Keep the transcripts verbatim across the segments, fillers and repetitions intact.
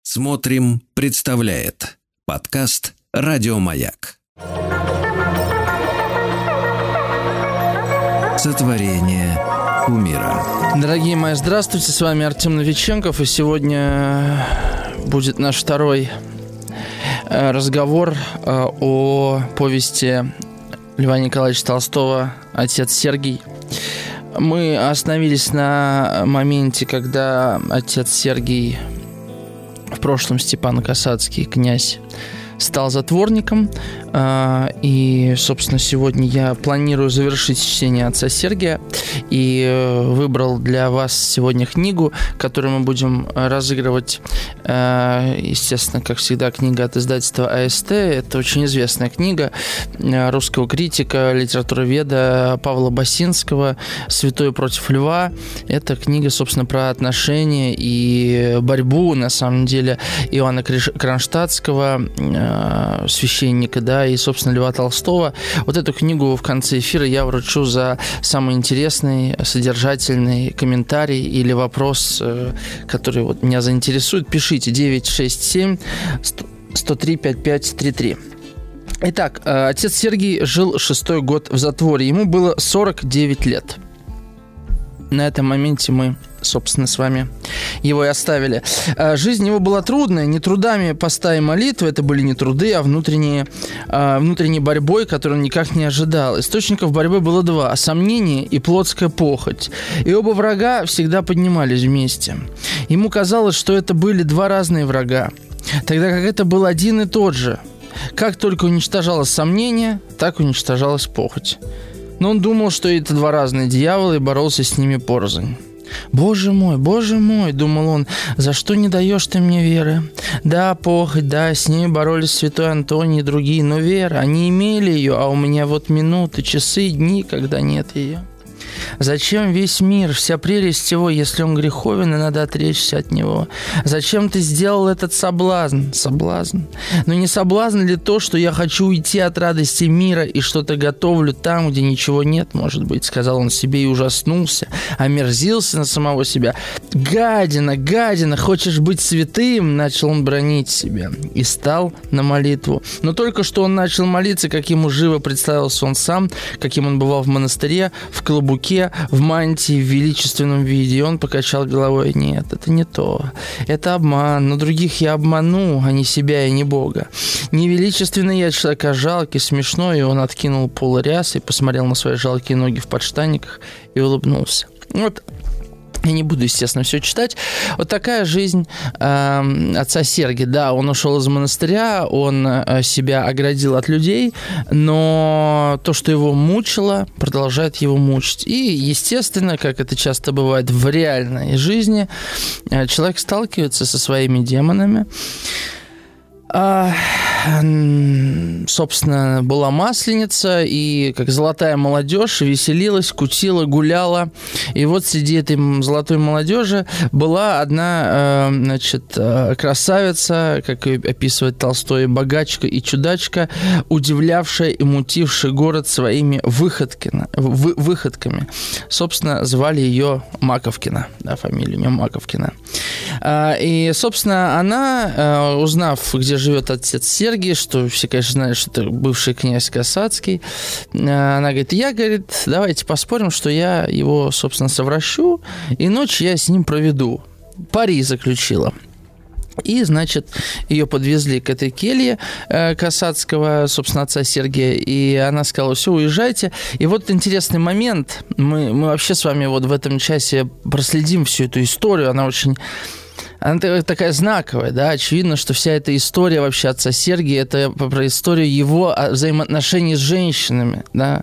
Смотрим, представляет подкаст «Радио Маяк». Сотворение кумира. Дорогие мои, здравствуйте, с вами Артем Новиченков, и сегодня будет наш второй разговор о повести Льва Николаевича Толстого «Отец Сергий». Мы остановились на моменте, когда отец Сергий, в прошлом Степан Касацкий, князь, стал затворником. И, собственно, сегодня я планирую завершить чтение отца Сергия и выбрал для вас сегодня книгу, которую мы будем разыгрывать. Естественно, как всегда, книга от издательства АСТ. Это очень известная книга русского критика, литературоведа Павла Басинского «Святой против льва». Это книга, собственно, про отношения и борьбу, на самом деле, Иоанна Кронштадтского, священника, да, и, собственно, Льва Толстого. Вот эту книгу в конце эфира я вручу за самый интересный, содержательный комментарий или вопрос, который вот меня заинтересует. Пишите девять шесть семь сто три пятьдесят пять тридцать три. Итак, отец Сергий жил шестой год в затворе. Ему было сорок девять лет. На этом моменте мы, собственно, с вами его и оставили. Жизнь его была трудная, не трудами поста и молитвы, это были не труды, а внутренние, внутренней борьбой, которую он никак не ожидал. Источников борьбы было два – сомнение и плотская похоть. И оба врага всегда поднимались вместе. Ему казалось, что это были два разные врага, тогда как это был один и тот же. Как только уничтожалось сомнение, так уничтожалась похоть. Но он думал, что это два разные дьявола, и боролся с ними порознь. «Боже мой, боже мой!» — думал он, — «за что не даешь ты мне веры? Да, похоть, да, с ними боролись святой Антоний и другие, но вера, они имели ее, а у меня вот минуты, часы, дни, когда нет ее. Зачем весь мир, вся прелесть его, если он греховен, и надо отречься от него? Зачем ты сделал этот соблазн? Соблазн? Но не соблазн ли то, что я хочу уйти от радости мира и что-то готовлю там, где ничего нет, может быть?» — сказал он себе и ужаснулся, омерзился на самого себя. «Гадина, гадина, хочешь быть святым?» — начал он бранить себя и стал на молитву. Но только что он начал молиться, как ему живо представился он сам, каким он бывал в монастыре, в клобуке, в мантии, в величественном виде. И он покачал головой. «Нет, это не то. Это обман. Но других я обману, а не себя и не Бога. Не величественный я человек, а жалкий, смешной». И он откинул полы рясы и посмотрел на свои жалкие ноги в подштанниках и улыбнулся. Вот. Я не буду, естественно, все читать. Вот такая жизнь э, отца Сергия. Да, он ушел из монастыря, он э, себя оградил от людей, но то, что его мучило, продолжает его мучить. И, естественно, как это часто бывает в реальной жизни, э, человек сталкивается со своими демонами. А, собственно, была Масленица, и как золотая молодежь веселилась, кутила, гуляла. И вот среди этой золотой молодежи была одна, значит, красавица, как ее описывает Толстой, богачка и чудачка, удивлявшая и мутившая город своими выходкина, вы, выходками. Собственно, звали ее Маковкина, да, фамилия у нее Маковкина. И, собственно, она, узнав, где живет отец Сергий, что все, конечно, знают, что это бывший князь Касацкий, она говорит: я, говорит, давайте поспорим, что я его, собственно, совращу, и ночь я с ним проведу. Пари заключила. И, значит, ее подвезли к этой келье э, Касацкого, собственно, отца Сергия, и она сказала: все, уезжайте. И вот интересный момент, мы, мы вообще с вами вот в этом часе проследим всю эту историю, она очень... Она такая знаковая, да, очевидно, что вся эта история вообще отца Сергия, это про историю его взаимоотношений с женщинами, да.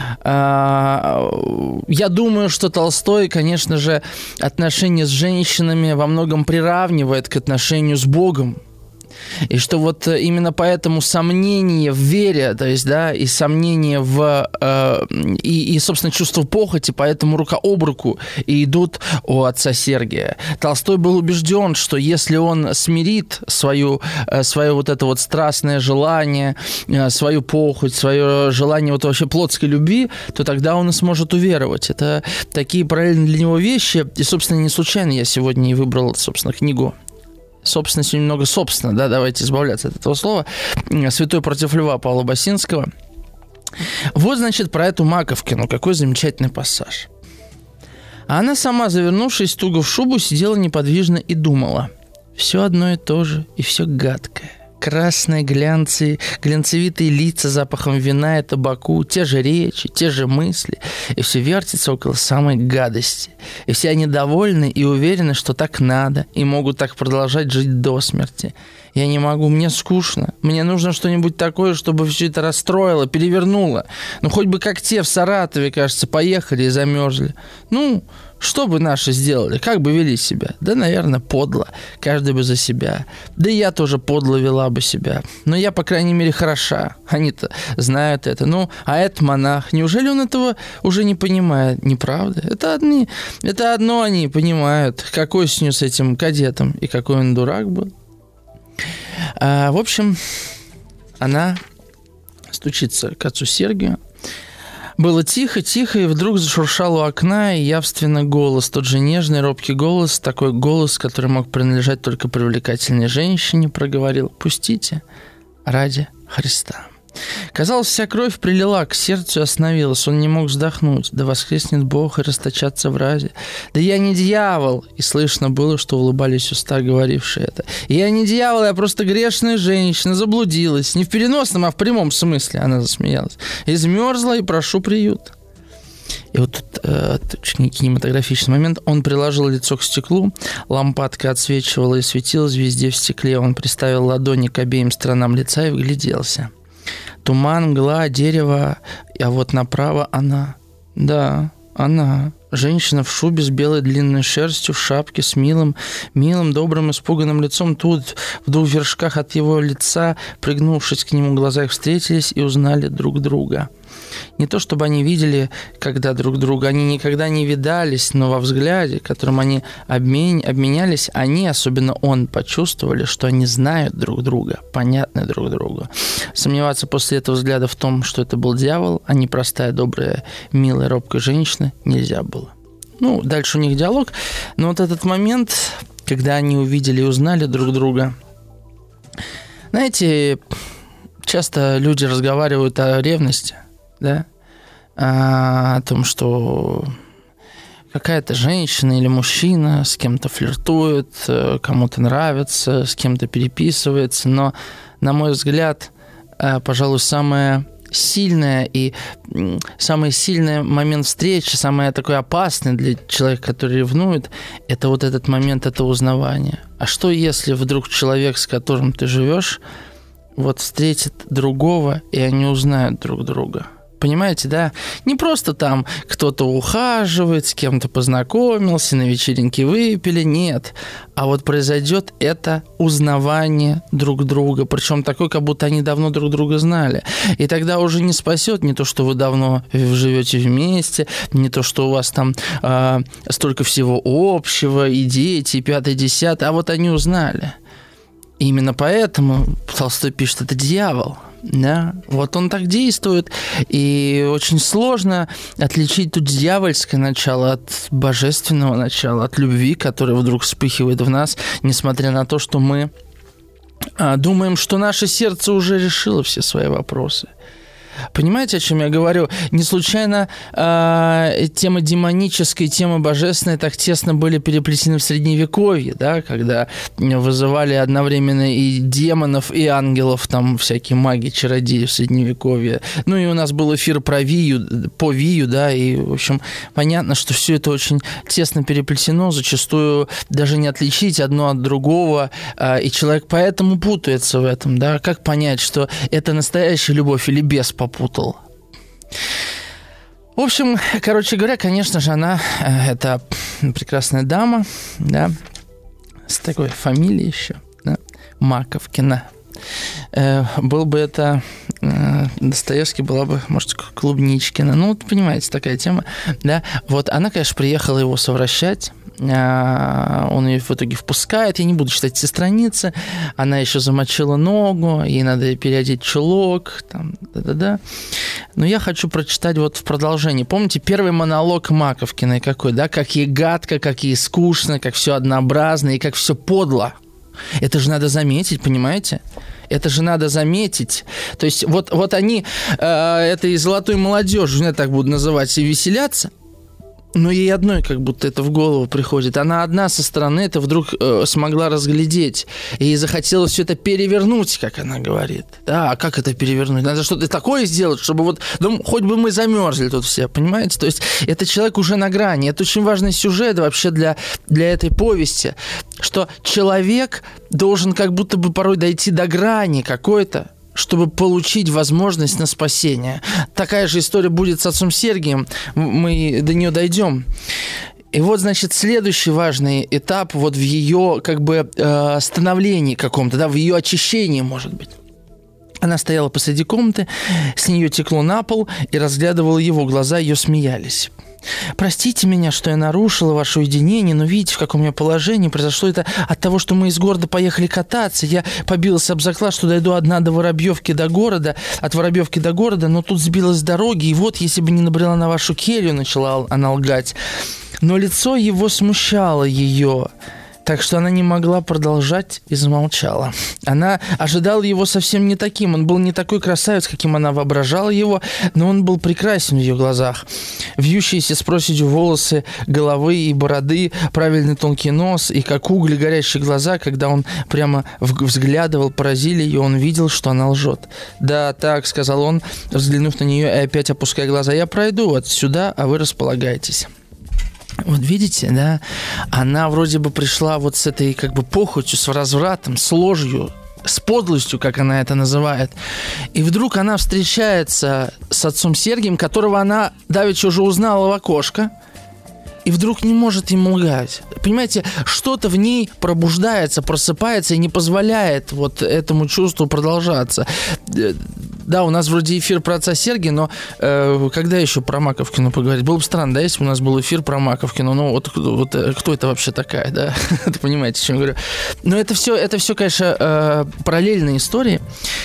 Я думаю, что Толстой, конечно же, отношения с женщинами во многом приравнивает к отношению с Богом. И что вот именно поэтому сомнение в вере, то есть, да, и сомнение в... Э, и, и, собственно, чувство похоти, поэтому рука об руку и идут у отца Сергия. Толстой был убежден, что если он смирит свою, свое вот это вот страстное желание, свою похоть, свое желание вот вообще плотской любви, то тогда он и сможет уверовать. Это такие параллельные для него вещи. И, собственно, не случайно я сегодня и выбрал, собственно, книгу собственность немного собственно, да, давайте избавляться от этого слова, «Святой против льва» Павла Басинского. Вот, значит, про эту Маковкину, какой замечательный пассаж. А она сама, завернувшись туго в шубу, сидела неподвижно и думала. Все одно и то же, и все гадкое. Красные глянцы, глянцевитые лица запахом вина и табаку, те же речи, те же мысли, и все вертится около самой гадости. И все они довольны и уверены, что так надо, и могут так продолжать жить до смерти. Я не могу, мне скучно. Мне нужно что-нибудь такое, чтобы все это расстроило, перевернуло. Ну, хоть бы как те в Саратове, кажется, поехали и замерзли. Ну, что бы наши сделали? Как бы вели себя? Да, наверное, подло. Каждый бы за себя. Да и я тоже подло вела бы себя. Но я, по крайней мере, хороша. Они-то знают это. Ну, а этот монах, неужели он этого уже не понимает? Неправда? Это одни, это одно они понимают. Какой с ним с этим кадетом и какой он дурак был. А, в общем, она стучится к отцу Сергию. Было тихо-тихо, и вдруг зашуршал у окна, и явственно голос, тот же нежный, робкий голос, такой голос, который мог принадлежать только привлекательной женщине, проговорил: «Пустите ради Христа». Казалось, вся кровь прилила к сердцу и остановилась. Он не мог вздохнуть. Да воскреснет Бог и расточаться в разе. Да я не дьявол. И слышно было, что улыбались уста, говорившие это. Я не дьявол, я просто грешная женщина. Заблудилась. Не в переносном, а в прямом смысле. Она засмеялась. Измерзла и прошу приют. И вот тут э, очень кинематографичный момент. Он приложил лицо к стеклу, лампадка отсвечивала и светилась везде в стекле. Он приставил ладони к обеим сторонам лица и вгляделся. Туман, мгла, дерево, а вот направо она. Да, она. Женщина в шубе с белой длинной шерстью, в шапке, с милым, милым, добрым, испуганным лицом. Тут, в двух вершках от его лица, пригнувшись к нему, глаза их встретились и узнали друг друга. Не то чтобы они видели, когда друг друга, они никогда не видались, но во взгляде, которым они обмен... обменялись, они, особенно он, почувствовали, что они знают друг друга, понятны друг другу. Сомневаться после этого взгляда в том, что это был дьявол, а не простая, добрая, милая, робкая женщина, нельзя было. Ну, дальше у них диалог, но вот этот момент, когда они увидели и узнали друг друга, знаете, часто люди разговаривают о ревности, да, о том, что какая-то женщина или мужчина с кем-то флиртует, кому-то нравится, с кем-то переписывается, но, на мой взгляд, пожалуй, самое сильное и самый сильный момент встречи, самый такой опасный для человека, который ревнует, это вот этот момент этого узнавания. А что если вдруг человек, с которым ты живешь, вот встретит другого, и они узнают друг друга? Понимаете, да? Не просто там кто-то ухаживает, с кем-то познакомился, на вечеринке выпили, нет. А вот произойдет это узнавание друг друга, причем такое, как будто они давно друг друга знали. И тогда уже не спасет не то, что вы давно живете вместе, не то, что у вас там э, столько всего общего, и дети, и пятое, десятое, а вот они узнали. И именно поэтому Толстой пишет, это дьявол. Да, вот он так действует, и очень сложно отличить тут дьявольское начало от божественного начала, от любви, которая вдруг вспыхивает в нас, несмотря на то, что мы а, думаем, что наше сердце уже решило все свои вопросы. Понимаете, о чем я говорю? Не случайно э, тема демоническая и тема божественная так тесно были переплетены в Средневековье, да, когда вызывали одновременно и демонов, и ангелов, там всякие маги, чародеи в Средневековье. Ну и у нас был эфир про Вию, по Вию, да, и, в общем, понятно, что все это очень тесно переплетено, зачастую даже не отличить одно от другого, э, и человек поэтому путается в этом, да, как понять, что это настоящая любовь или бес попутал. В общем, короче говоря, конечно же, она, это прекрасная дама, да, с такой фамилией еще, да, Маковкина. Э, был бы это э, Достоевский, была бы, может, Клубничкина. Ну, вот, понимаете, такая тема, да. Вот она, конечно, приехала его совращать. Э, он ее в итоге впускает. Я не буду читать все страницы. Она еще замочила ногу. Ей надо переодеть чулок. Там, да-да-да. Но я хочу прочитать вот в продолжении. Помните, первый монолог Маковкиной какой, да? Как ей гадко, как ей скучно, как все однообразно и как все подло. Это же надо заметить, понимаете? Это же надо заметить. То есть вот, вот они э, этой золотой молодежью, я так буду называть, и веселятся, но ей одной как будто это в голову приходит. Она одна со стороны это вдруг э, смогла разглядеть. И ей захотелось все это перевернуть, как она говорит. Да, а как это перевернуть? Надо что-то такое сделать, чтобы вот... Ну, хоть бы мы замерзли тут все, понимаете? То есть это человек уже на грани. Это очень важный сюжет вообще для, для этой повести. Что человек должен как будто бы порой дойти до грани какой-то, чтобы получить возможность на спасение. Такая же история будет с отцом Сергием. Мы до нее дойдем. И вот, значит, следующий важный этап вот в ее как бы э, становлении каком-то, да, в ее очищении, может быть. Она стояла посреди комнаты, с нее текло на пол и разглядывала его, глаза ее смеялись. «Простите меня, что я нарушила ваше уединение, но видите, в каком я положении. Произошло это от того, что мы из города поехали кататься. Я побилась об заклад, что дойду одна до Воробьевки до города, от Воробьевки до города, но тут сбилась с дороги, и вот, если бы не набрела на вашу келью», начала она лгать. Но лицо его смущало ее, так что она не могла продолжать и замолчала. Она ожидала его совсем не таким. Он был не такой красавец, каким она воображала его, но он был прекрасен в ее глазах. Вьющиеся с проседью волосы головы и бороды, правильный тонкий нос и, как угли, горящие глаза, когда он прямо взглядывал, поразили ее, он видел, что она лжет. «Да, так», — сказал он, взглянув на нее и опять опуская глаза, «я пройду вот сюда, а вы располагайтесь». Вот видите, да, она вроде бы пришла вот с этой как бы похотью, с развратом, с ложью, с подлостью, как она это называет. И вдруг она встречается с отцом Сергием, которого она давеча уже узнала в окошко, и вдруг не может ему лгать. Понимаете, что-то в ней пробуждается, просыпается и не позволяет вот этому чувству продолжаться. Да, у нас вроде эфир про отца Сергия, но э, когда еще про Маковкину поговорить? Было бы странно, да, если бы у нас был эфир про Маковкину. Ну, вот, вот кто это вообще такая, да? Вы понимаете, о чем я говорю? Но это все, это все, конечно, э, параллельные истории.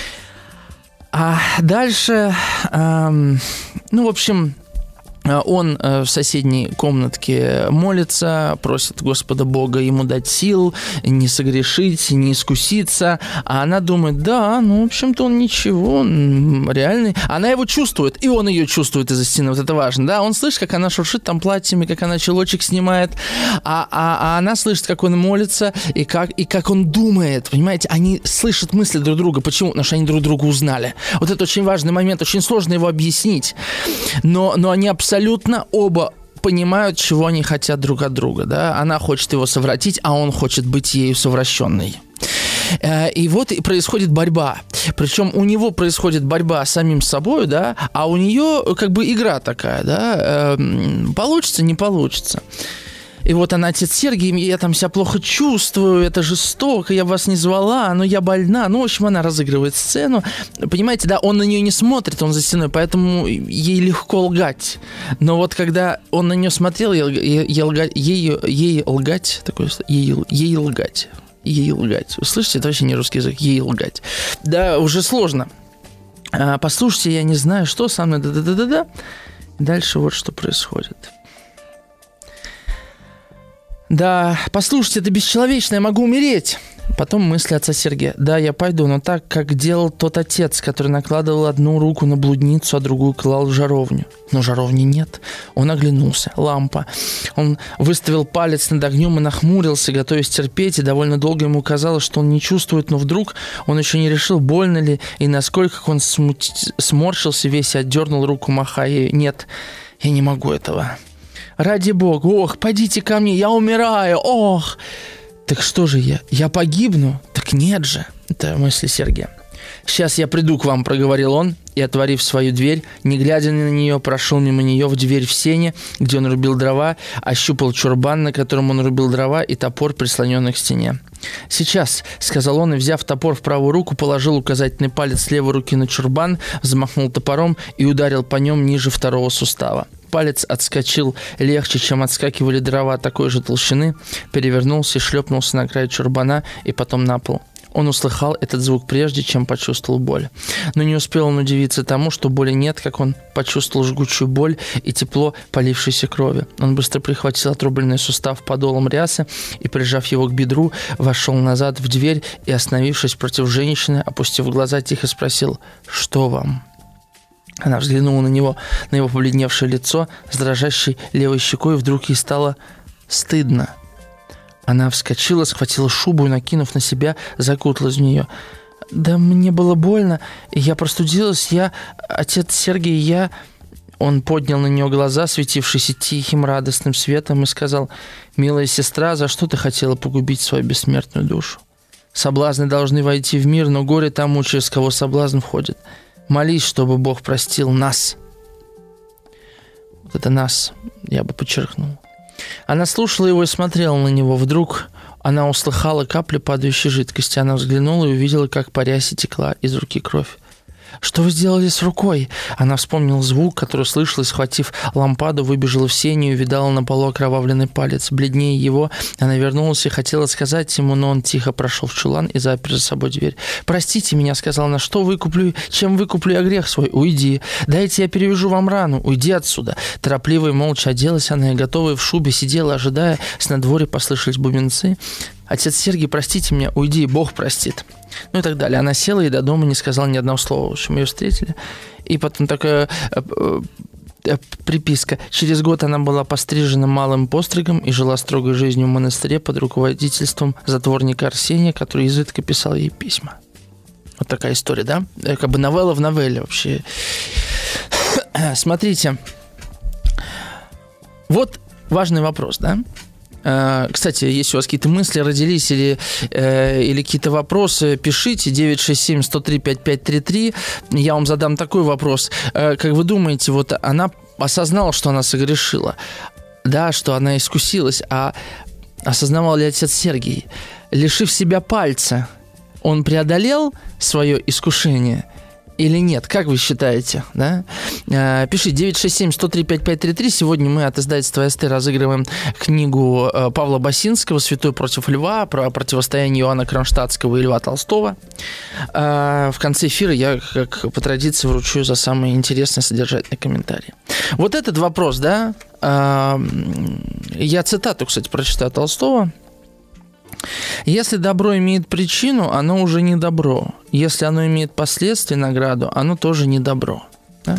А дальше, э, ну, в общем... Он в соседней комнатке молится, просит Господа Бога ему дать сил, не согрешить, не искуситься. А она думает, да, ну, в общем-то, он ничего, он реальный. Она его чувствует, и он ее чувствует из-за стены, вот это важно, да. Он слышит, как она шуршит там платьями, как она чулочек снимает, а, а, а она слышит, как он молится, и как, и как он думает, понимаете. Они слышат мысли друг друга. Почему? Потому что они друг друга узнали. Вот это очень важный момент, очень сложно его объяснить. Но, но они абсолютно Абсолютно оба понимают, чего они хотят друг от друга. Да? Она хочет его совратить, а он хочет быть ею совращенной. И вот и происходит борьба. Причем у него происходит борьба с самим собой, да, а у нее как бы игра такая, да, получится, не получится. И вот она, отец Сергий, я там себя плохо чувствую, это жестоко, я вас не звала, но я больна. Ну, в общем, она разыгрывает сцену. Понимаете, да, он на нее не смотрит, он за стеной, поэтому ей легко лгать. Но вот когда он на нее смотрел, ей, ей, лгать, ей, ей лгать, такое, ей, ей лгать, ей лгать. Вы слышите, это вообще не русский язык, ей лгать. Да, уже сложно. А, послушайте, я не знаю, что со мной, да-да-да-да-да. Дальше вот что происходит. Да, послушайте, это бесчеловечно, я могу умереть. Потом мысли отца Сергия. Да, я пойду, но так, как делал тот отец, который накладывал одну руку на блудницу, а другую клал в жаровню. Но жаровни нет. Он оглянулся. Лампа. Он выставил палец над огнем и нахмурился, готовясь терпеть, и довольно долго ему казалось, что он не чувствует, но вдруг он еще не решил, больно ли, и насколько он смут... сморщился весь и отдернул руку, махая ею. Нет, я не могу этого. Ради бога, ох, подите ко мне, я умираю, ох. Так что же я? Я погибну? Так нет же. Это мысли Сергия. «Сейчас я приду к вам», — проговорил он, и, отворив свою дверь, не глядя на нее, прошел мимо нее в дверь в сене, где он рубил дрова, ощупал чурбан, на котором он рубил дрова, и топор, прислоненный к стене. «Сейчас», — сказал он, и, взяв топор в правую руку, положил указательный палец левой руки на чурбан, взмахнул топором и ударил по нем ниже второго сустава. Палец отскочил легче, чем отскакивали дрова такой же толщины, перевернулся и шлепнулся на край чурбана и потом на пол. Он услыхал этот звук прежде, чем почувствовал боль. Но не успел он удивиться тому, что боли нет, как он почувствовал жгучую боль и тепло полившейся крови. Он быстро прихватил отрубленный сустав подолом рясы и, прижав его к бедру, вошел назад в дверь и, остановившись против женщины, опустив глаза, тихо спросил: «Что вам?» Она взглянула на него, на его побледневшее лицо с дрожащей левой щекой, и вдруг ей стало стыдно. Она вскочила, схватила шубу и, накинув на себя, закуталась в нее. «Да мне было больно, я простудилась, я... Отец Сергий, я...» Он поднял на нее глаза, светившиеся тихим радостным светом, и сказал: «Милая сестра, за что ты хотела погубить свою бессмертную душу? Соблазны должны войти в мир, но горе тому, через кого соблазн входит. Молись, чтобы Бог простил нас». Вот это «нас» я бы подчеркнул. Она слушала его и смотрела на него. Вдруг она услыхала капли падающей жидкости. Она взглянула и увидела, как по рясе текла из руки кровь. «Что вы сделали с рукой?» Она вспомнила звук, который слышала, и, схватив лампаду, выбежала в сенью и увидала на полу окровавленный палец. Бледнее его, она вернулась и хотела сказать ему, но он тихо прошел в чулан и запер за собой дверь. «Простите меня», — сказала она, — «что выкуплю, чем выкуплю я грех свой? Уйди. Дайте я перевяжу вам рану. Уйди отсюда». Торопливо и молча оделась она и, готовая в шубе, сидела, ожидая. С надворья послышались бубенцы. «Отец Сергий, простите меня, уйди, Бог простит». Ну и так далее. Она села и до дома не сказала ни одного слова. В общем, ее встретили. И потом такая э, э, приписка. Через год она была пострижена малым постригом и жила строгой жизнью в монастыре под руководительством затворника Арсения, который изредка писал ей письма. Вот такая история, да? Как бы новелла в новелле вообще. Смотрите. Вот важный вопрос, да? Кстати, если у вас какие-то мысли родились или, э, или какие-то вопросы, пишите девять шесть семь сто три пятьдесят пять тридцать три. Я вам задам такой вопрос. Э, как вы думаете, вот она осознала, что она согрешила, да, что она искусилась, а осознавал ли отец Сергий? Лишив себя пальца, он преодолел свое искушение или нет? Как вы считаете? Да? Пишите девять шесть семь сто три пятьдесят пять тридцать три. Сегодня мы от издательства СТ разыгрываем книгу Павла Басинского «Святой против льва», про противостояние Иоанна Кронштадтского и Льва Толстого. В конце эфира я, как по традиции, вручу за самый интересный содержательный комментарий. Вот этот вопрос, да, я цитату, кстати, прочитаю Толстого. «Если добро имеет причину, оно уже не добро. Если оно имеет последствия, награду, оно тоже не добро». Да?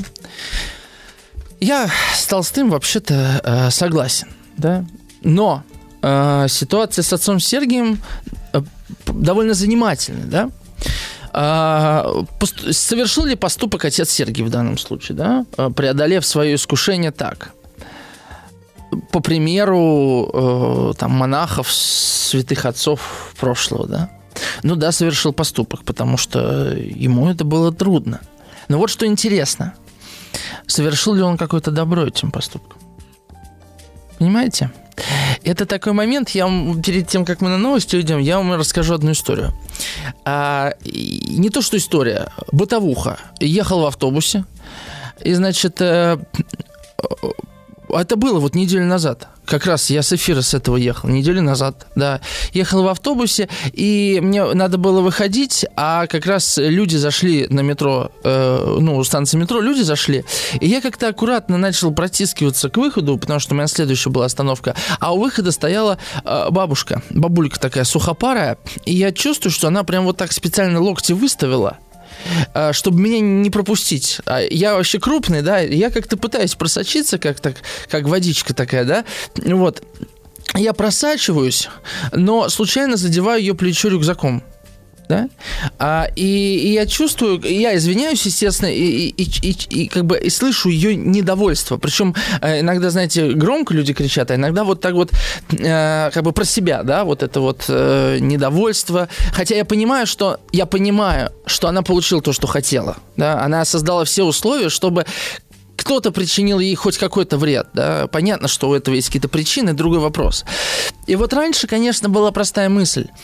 Я с Толстым вообще-то э, согласен. Да? Но э, ситуация с отцом Сергием э, довольно занимательная. Да? Э, пост- совершил ли поступок отец Сергий в данном случае, да? Преодолев свое искушение так? По примеру э, там, монахов, святых отцов прошлого, да? Ну да, совершил поступок, потому что ему это было трудно. Но вот что интересно. Совершил ли он какое-то добро этим поступком? Понимаете? Это такой момент, я вам, перед тем, как мы на новости уйдем, я вам расскажу одну историю. А, не то, что история, бытовуха. Ехал в автобусе, и, значит... Э, Это было вот неделю назад. Как раз я с эфира с этого ехал. Неделю назад, да. Ехал в автобусе, и мне надо было выходить, а как раз люди зашли на метро, э, ну, у станции метро люди зашли, и я как-то аккуратно начал протискиваться к выходу, потому что у меня следующая была остановка, а у выхода стояла э, бабушка, бабулька такая сухопарая, и я чувствую, что она прям вот так специально локти выставила, чтобы меня не пропустить. Я вообще крупный, да, я как-то пытаюсь просочиться, как, так, как водичка такая, да, вот. Я просачиваюсь, но случайно задеваю ее плечо рюкзаком, да, а, и, и я чувствую, я извиняюсь, естественно, и, и, и, и как бы и слышу ее недовольство, причем иногда, знаете, громко люди кричат, а иногда вот так вот э, как бы про себя, да, вот это вот э, недовольство, хотя я понимаю, что я понимаю, что она получила то, что хотела, да, она создала все условия, чтобы кто-то причинил ей хоть какой-то вред, да, понятно, что у этого есть какие-то причины, другой вопрос. И вот раньше, конечно, была простая мысль.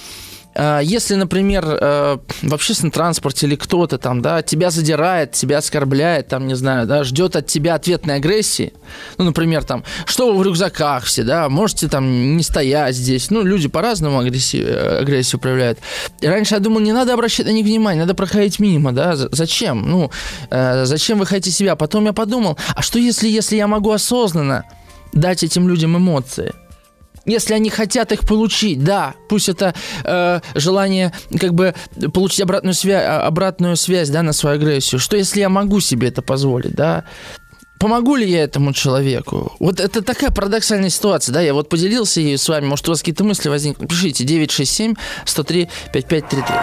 Если, например, в общественном транспорте или кто-то там, да, тебя задирает, тебя оскорбляет, там, не знаю, да, ждет от тебя ответной агрессии, ну, например, там, что вы в рюкзаках все, да, можете там не стоять здесь, ну, люди по-разному агрессию, агрессию проявляют. И раньше я думал, не надо обращать на них внимание, надо проходить мимо, да, зачем, ну, зачем вы хотите себя? Потом я подумал, а что если, если я могу осознанно дать этим людям эмоции? Если они хотят их получить, да, пусть это э, желание как бы получить обратную связь, обратную связь, да, на свою агрессию. Что если я могу себе это позволить, да? Помогу ли я этому человеку? Вот это такая парадоксальная ситуация, да, я вот поделился ею с вами, может, у вас какие-то мысли возникли. Пишите девять шесть семь сто три пятьдесят пять тридцать три.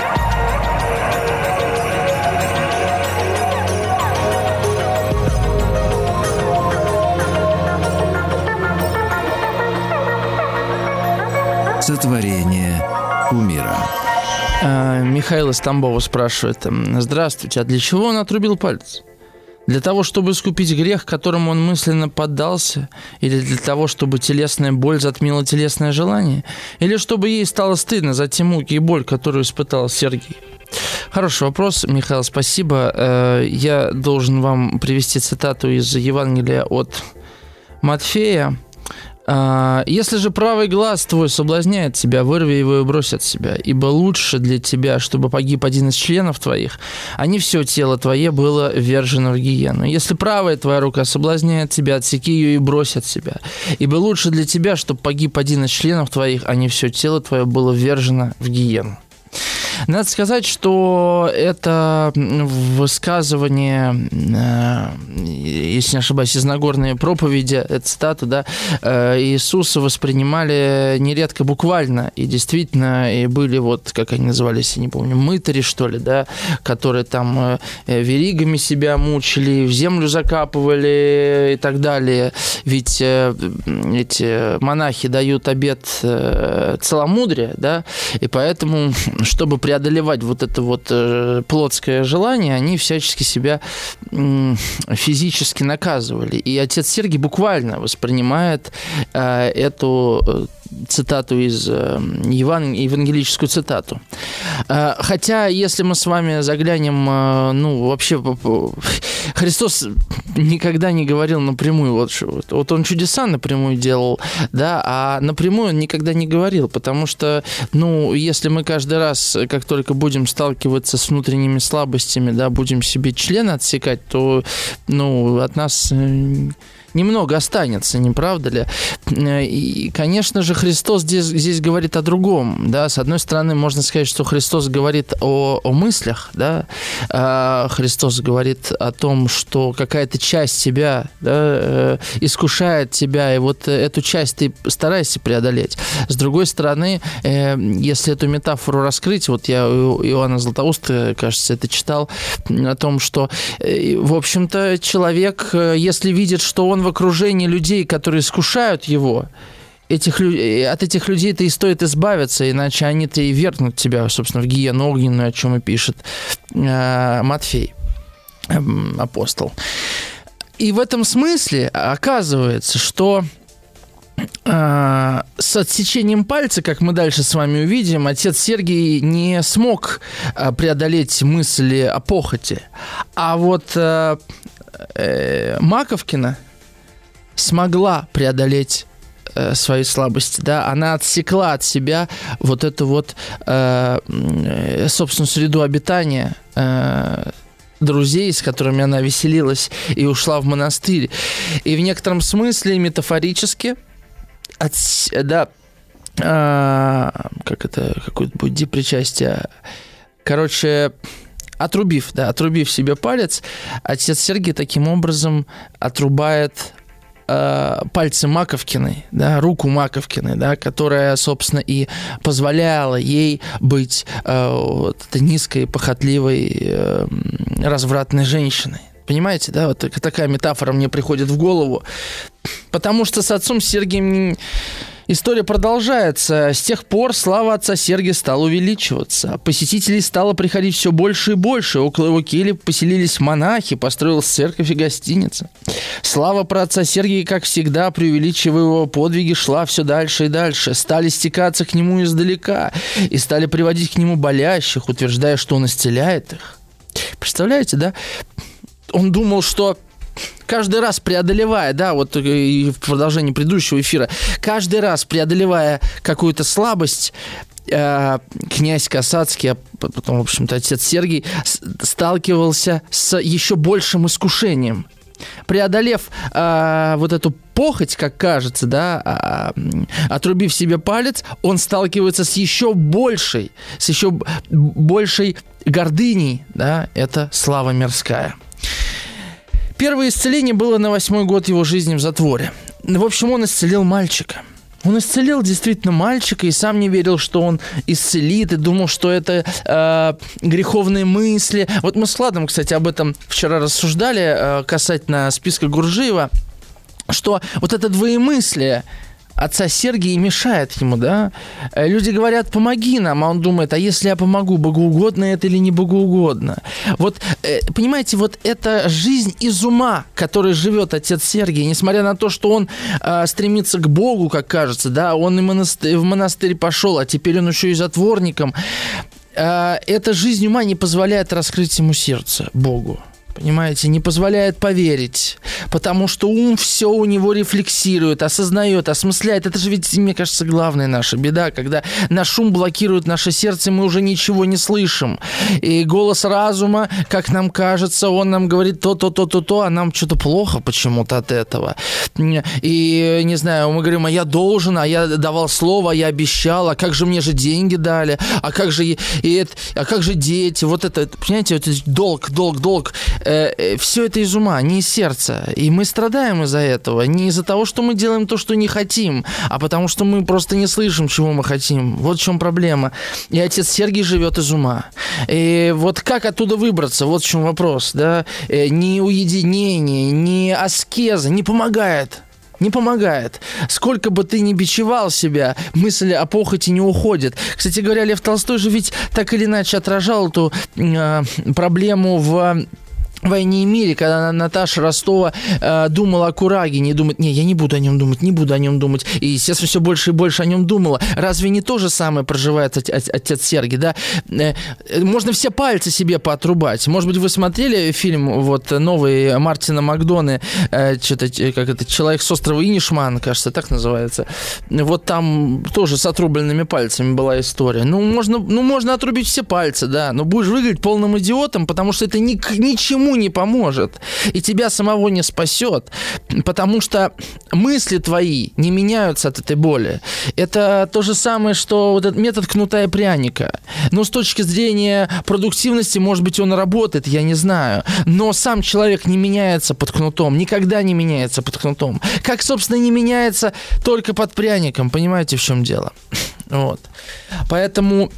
Сотворение кумира. А, Михаил из Тамбова спрашивает. Здравствуйте, а для чего он отрубил палец? Для того, чтобы искупить грех, которому он мысленно поддался? Или для того, чтобы телесная боль затмила телесное желание? Или чтобы ей стало стыдно за те муки и боль, которую испытал Сергий? Хороший вопрос, Михаил, спасибо. Я должен вам привести цитату из Евангелия от Матфея. «Если же правый глаз твой соблазняет тебя, вырви его и брось от себя, ибо лучше для тебя, чтобы погиб один из членов твоих, а не все тело твое было ввержено в гиену. Если правая твоя рука соблазняет тебя, отсеки ее и брось от себя, ибо лучше для тебя, чтобы погиб один из членов твоих, а не все тело твое было ввержено в гиену». Надо сказать, что это высказывание, если не ошибаюсь, из Нагорной проповеди, это цитата, да, Иисуса воспринимали нередко буквально, и действительно, и были вот, как они назывались, я не помню, мытари, что ли, да, которые там веригами себя мучили, в землю закапывали и так далее. Ведь эти монахи дают обет целомудрия, да, и поэтому, чтобы преодолевать вот это вот э, плотское желание, они всячески себя э, физически наказывали. И отец Сергий буквально воспринимает э, эту э, цитату из э, Еван... евангелическую цитату. Э, хотя, если мы с вами заглянем, э, ну, вообще, Христос никогда не говорил напрямую, вот, вот, вот он чудеса напрямую делал, да, а напрямую он никогда не говорил, потому что, ну, если мы каждый раз, как только будем сталкиваться с внутренними слабостями, да, будем себе члены отсекать, то, ну, от нас немного останется, не правда ли? И, конечно же, Христос здесь, здесь говорит о другом, да, с одной стороны, можно сказать, что Христос говорит о, о мыслях, да, а Христос говорит о том, что какая-то часть тебя, да, искушает тебя, и вот эту часть ты старайся преодолеть. С другой стороны, если эту метафору раскрыть, вот я у Иоанна Златоуста, кажется, это читал, о том, что, в общем-то, человек, если видит, что он в окружении людей, которые искушают его, этих, от этих людей-то и стоит избавиться, иначе они-то и вергнут тебя, собственно, в гиену огненную, о чем и пишет э, Матфей, э, апостол. И в этом смысле оказывается, что э, с отсечением пальца, как мы дальше с вами увидим, отец Сергий не смог э, преодолеть мысли о похоти. А вот э, э, Маковкина смогла преодолеть э, свои слабости, да, она отсекла от себя вот эту вот, э, э, собственно, среду обитания, э, друзей, с которыми она веселилась, и ушла в монастырь. И в некотором смысле, метафорически, от, да, э, как это, какое-то будет депричастие, короче, отрубив, да, отрубив себе палец, отец Сергий таким образом отрубает пальцы Маковкиной, да, руку Маковкиной, да, которая, собственно, и позволяла ей быть э, вот, низкой, похотливой, э, развратной женщиной. Понимаете, да, вот такая метафора мне приходит в голову, потому что с отцом Сергием История продолжается. С тех пор слава отца Сергия стала увеличиваться. Посетителей стало приходить все больше и больше. Около его кельи поселились монахи, построилась церковь и гостиница. Слава про отца Сергия, как всегда, преувеличивая его подвиги, шла все дальше и дальше. Стали стекаться к нему издалека и стали приводить к нему болящих, утверждая, что он исцеляет их. Представляете, да? Он думал, что... Каждый раз преодолевая, да, вот и в продолжении предыдущего эфира, каждый раз преодолевая какую-то слабость, э, князь Касацкий, а потом, в общем-то, отец Сергий, сталкивался с еще большим искушением. Преодолев э, вот эту похоть, как кажется, да, э, отрубив себе палец, он сталкивается с еще большей, с еще большей гордыней, да, это слава мирская. Первое исцеление было на восьмой год его жизни в затворе. В общем, он исцелил мальчика. Он исцелил действительно мальчика и сам не верил, что он исцелит, и думал, что это э, греховные мысли. Вот мы с Владом, кстати, об этом вчера рассуждали э, касательно списка Гурджиева, что вот это двоемыслие отца Сергия мешает ему, да? Люди говорят, помоги нам, а он думает, а если я помогу, богоугодно это или не богоугодно? Вот, понимаете, вот это жизнь из ума, которой живет отец Сергий, несмотря на то, что он э, стремится к Богу, как кажется, да, он и монастырь, в монастырь пошел, а теперь он еще и затворником. Э, эта жизнь ума не позволяет раскрыть ему сердце Богу. Понимаете, не позволяет поверить, потому что ум все у него рефлексирует, осознает, осмысляет. Это же ведь, мне кажется, главная наша беда, когда наш ум блокирует наше сердце, мы уже ничего не слышим. И голос разума, как нам кажется, он нам говорит то-то, то-то, то, а нам что-то плохо почему-то от этого. И, не знаю, мы говорим, а я должен, а я давал слово, а я обещал, а как же мне же деньги дали, а как же, и, и, а как же дети, вот это, понимаете, вот это долг, долг, долг. Все это из ума, не из сердца. И мы страдаем из-за этого. Не из-за того, что мы делаем то, что не хотим, а потому что мы просто не слышим, чего мы хотим. Вот в чем проблема. И отец Сергий живет из ума. И вот как оттуда выбраться? Вот в чем вопрос. Да? Ни уединение, ни аскеза не помогает. Не помогает. Сколько бы ты ни бичевал себя, мысль о похоти не уходит. Кстати говоря, Лев Толстой же ведь так или иначе отражал эту э, проблему в «Войне и мире», когда Наташа Ростова э, думала о Курагине, думает, не, я не буду о нем думать, не буду о нем думать. И, естественно, все больше и больше о нем думала. Разве не то же самое проживает отец Сергий, да? Э, можно все пальцы себе поотрубать. Может быть, вы смотрели фильм вот новый Мартина Макдоны, э, что-то, как это, «Человек с острова Инишман», кажется, так называется. Вот там тоже с отрубленными пальцами была история. Ну, можно, ну, можно отрубить все пальцы, да, но будешь выглядеть полным идиотом, потому что это ни, ничему не поможет, и тебя самого не спасет, потому что мысли твои не меняются от этой боли. Это то же самое, что вот этот метод кнута и пряника. Но с точки зрения продуктивности, может быть, он работает, я не знаю. Но сам человек не меняется под кнутом, никогда не меняется под кнутом. Как, собственно, не меняется только под пряником. Понимаете, в чем дело? Вот. Поэтому,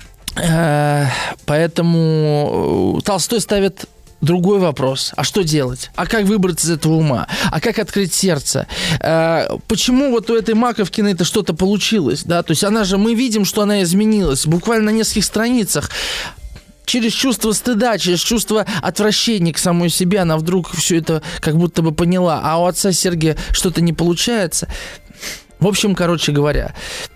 э, поэтому Толстой ставит другой вопрос. А что делать? А как выбраться из этого ума? А как открыть сердце? Э, почему вот у этой Маковкиной-то что-то получилось? Да? То есть она же, мы видим, что она изменилась. Буквально на нескольких страницах. Через чувство стыда, через чувство отвращения к самой себе она вдруг все это как будто бы поняла. А у отца Сергия что-то не получается. В общем, короче говоря,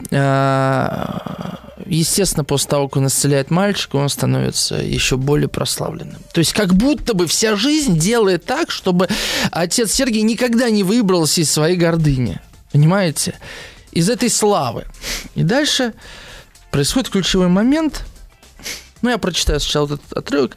естественно, после того, как он исцеляет мальчика, он становится еще более прославленным. То есть как будто бы вся жизнь делает так, чтобы отец Сергий никогда не выбрался из своей гордыни. Понимаете? Из этой славы. И дальше происходит ключевой момент. Ну, я прочитаю сначала вот этот отрывок.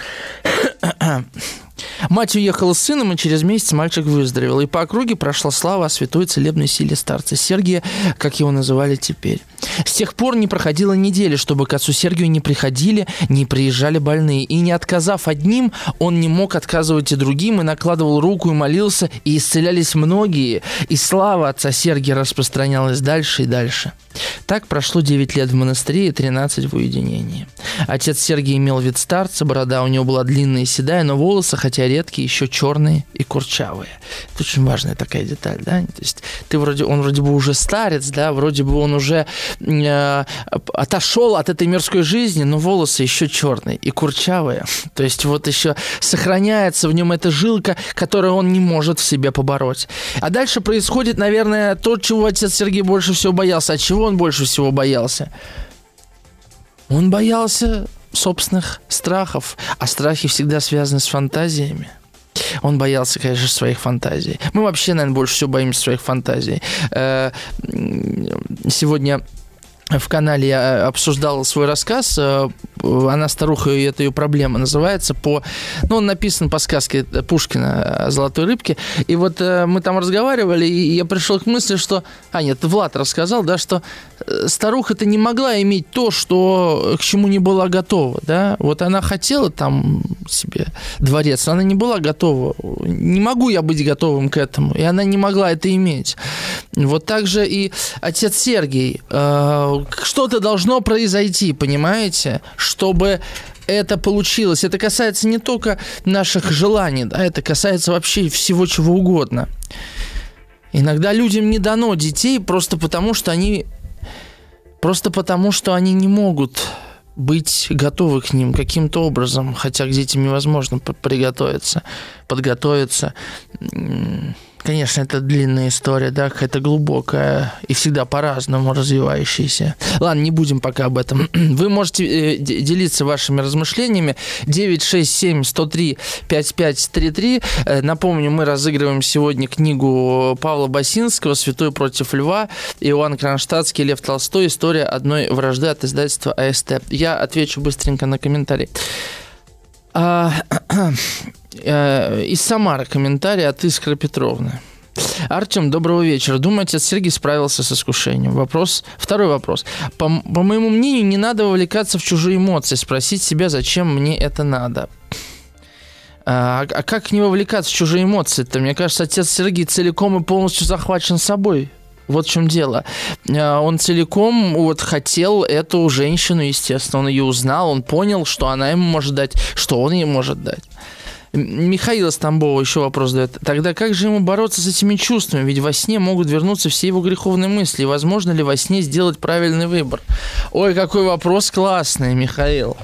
Мать уехала с сыном, и через месяц мальчик выздоровел. И по округе прошла слава о святой целебной силе старца Сергия, как его называли теперь. С тех пор не проходило недели, чтобы к отцу Сергию не приходили, не приезжали больные. И не отказав одним, он не мог отказывать и другим, и накладывал руку, и молился, и исцелялись многие. И слава отца Сергия распространялась дальше и дальше. Так прошло девять лет в монастыре и тринадцать в уединении. Отец Сергий имел вид старца, борода у него была длинная и седая, но волосы, хотя редкие, еще черные и курчавые. Это очень важная такая деталь, да? То есть ты вроде, он вроде бы уже старец, да, вроде бы он уже э, отошел от этой мирской жизни, но волосы еще черные и курчавые. То есть вот еще сохраняется в нем эта жилка, которую он не может в себе побороть. А дальше происходит, наверное, то, чего отец Сергий больше всего боялся. От чего он больше всего боялся? Он боялся собственных страхов, а страхи всегда связаны с фантазиями. Он боялся, конечно, своих фантазий. Мы вообще, наверное, больше всего боимся своих фантазий. Сегодня в канале я обсуждал свой рассказ. Она старуха, и это ее проблема называется. По, ну, он написан по сказке Пушкина о золотой рыбке. И вот мы там разговаривали, и я пришел к мысли, что... А, нет, Влад рассказал, да, что старуха-то не могла иметь то, что, к чему не была готова, да. Вот она хотела там себе дворец, но она не была готова. Не могу я быть готовым к этому. И она не могла это иметь. Вот так же и отец Сергий. Что-то должно произойти, понимаете, чтобы это получилось. Это касается не только наших желаний, да, это касается вообще всего чего угодно. Иногда людям не дано детей просто потому, что они просто потому, что они не могут быть готовы к ним каким-то образом, хотя к детям невозможно приготовиться, подготовиться. Конечно, это длинная история, да, какая-то глубокая и всегда по-разному развивающаяся. Ладно, не будем пока об этом. Вы можете делиться вашими размышлениями. девять шесть семь сто три пятьдесят пять тридцать три. Напомню, мы разыгрываем сегодня книгу Павла Басинского «Святой против льва», Иоанн Кронштадтский, Лев Толстой, «История одной вражды» от издательства АСТ. Я отвечу быстренько на комментарий. Из Самары комментарий от Искры Петровны. Артем, доброго вечера. Думаю, отец Сергий справился с искушением. Вопрос. Второй вопрос. По, по моему мнению, не надо вовлекаться в чужие эмоции, спросить себя, зачем мне это надо. А, а как не вовлекаться в чужие эмоции-то? Мне кажется, отец Сергий целиком и полностью захвачен собой. Вот в чем дело. Он целиком вот хотел эту женщину, естественно, он ее узнал, он понял, что она ему может дать, что он ей может дать. Михаил из Тамбова еще вопрос задает. Тогда как же ему бороться с этими чувствами? Ведь во сне могут вернуться все его греховные мысли. И возможно ли во сне сделать правильный выбор? Ой, какой вопрос классный, Михаил.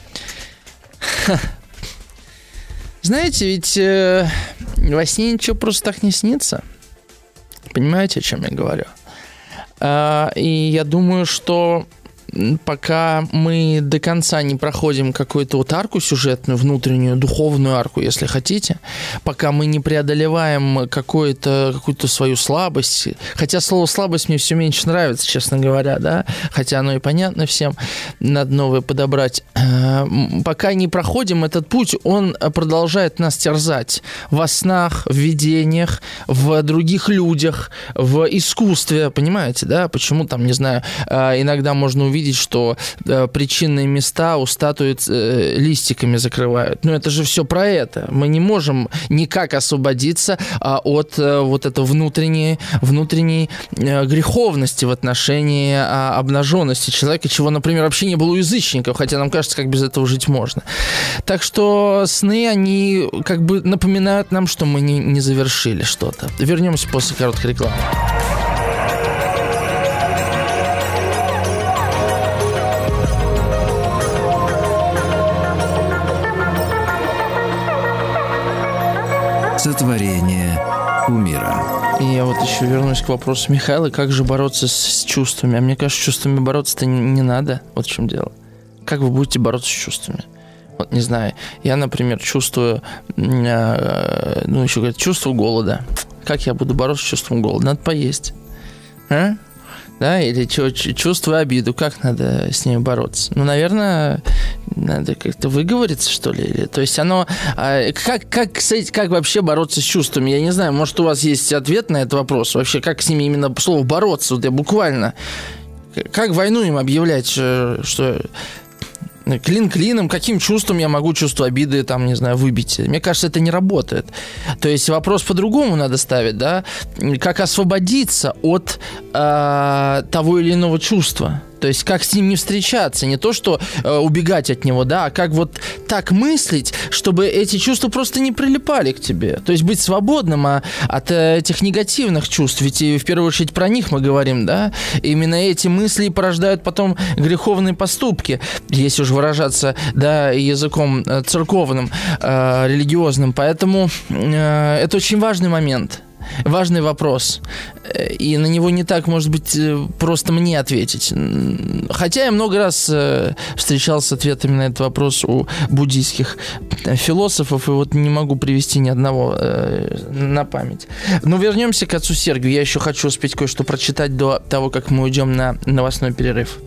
Знаете, ведь э, во сне ничего просто так не снится. Понимаете, о чем я говорю? А, и я думаю, что пока мы до конца не проходим какую-то вот арку сюжетную, внутреннюю, духовную арку, если хотите, пока мы не преодолеваем какую-то, какую-то свою слабость, хотя слово «слабость» мне все меньше нравится, честно говоря, да, хотя оно и понятно всем, надо новое подобрать. Пока не проходим этот путь, он продолжает нас терзать во снах, в видениях, в других людях, в искусстве, понимаете, да, почему там, не знаю, иногда можно увидеть, видеть, что э, причинные места у статуи э, листиками закрывают. Но это же все про это. Мы не можем никак освободиться э, от э, вот этой внутренней, внутренней э, греховности в отношении э, обнаженности человека, чего, например, вообще не было у язычников, хотя нам кажется, как без этого жить можно. Так что сны, они как бы напоминают нам, что мы не, не завершили что-то. Вернемся после короткой рекламы. Сотворение умира. И я вот еще вернусь к вопросу Михаила, как же бороться с, с чувствами. А мне кажется, с чувствами бороться-то не, не надо. Вот в чем дело. Как вы будете бороться с чувствами? Вот не знаю. Я, например, чувствую, э, ну еще говорят, чувство голода. Как я буду бороться с чувством голода? Надо поесть. А? Да, или чувствую обиду, как надо с ней бороться? Ну, наверное, надо как-то выговориться, что ли? Или, то есть оно... Как, как, как вообще бороться с чувствами? Я не знаю, может, у вас есть ответ на этот вопрос? Вообще, как с ними именно слово «бороться»? Вот я буквально... как войну им объявлять, что... Клин клином, каким чувством я могу чувство обиды, там, не знаю, выбить? Мне кажется, это не работает. То есть вопрос по-другому надо ставить, да? Как освободиться от э, того или иного чувства? То есть как с ним не встречаться, не то, что э, убегать от него, да, а как вот так мыслить, чтобы эти чувства просто не прилипали к тебе. То есть быть свободным а, от э, этих негативных чувств, ведь и в первую очередь про них мы говорим, да. Именно эти мысли порождают потом греховные поступки, если уж выражаться, да, языком э, церковным, э, религиозным. Поэтому э, это очень важный момент. Важный вопрос. И на него не так, может быть, просто мне ответить. Хотя я много раз встречался с ответами на этот вопрос у буддийских философов, и вот не могу привести ни одного на память. Но вернемся к отцу Сергию. Я еще хочу успеть кое-что прочитать до того, как мы уйдем на новостной перерыв.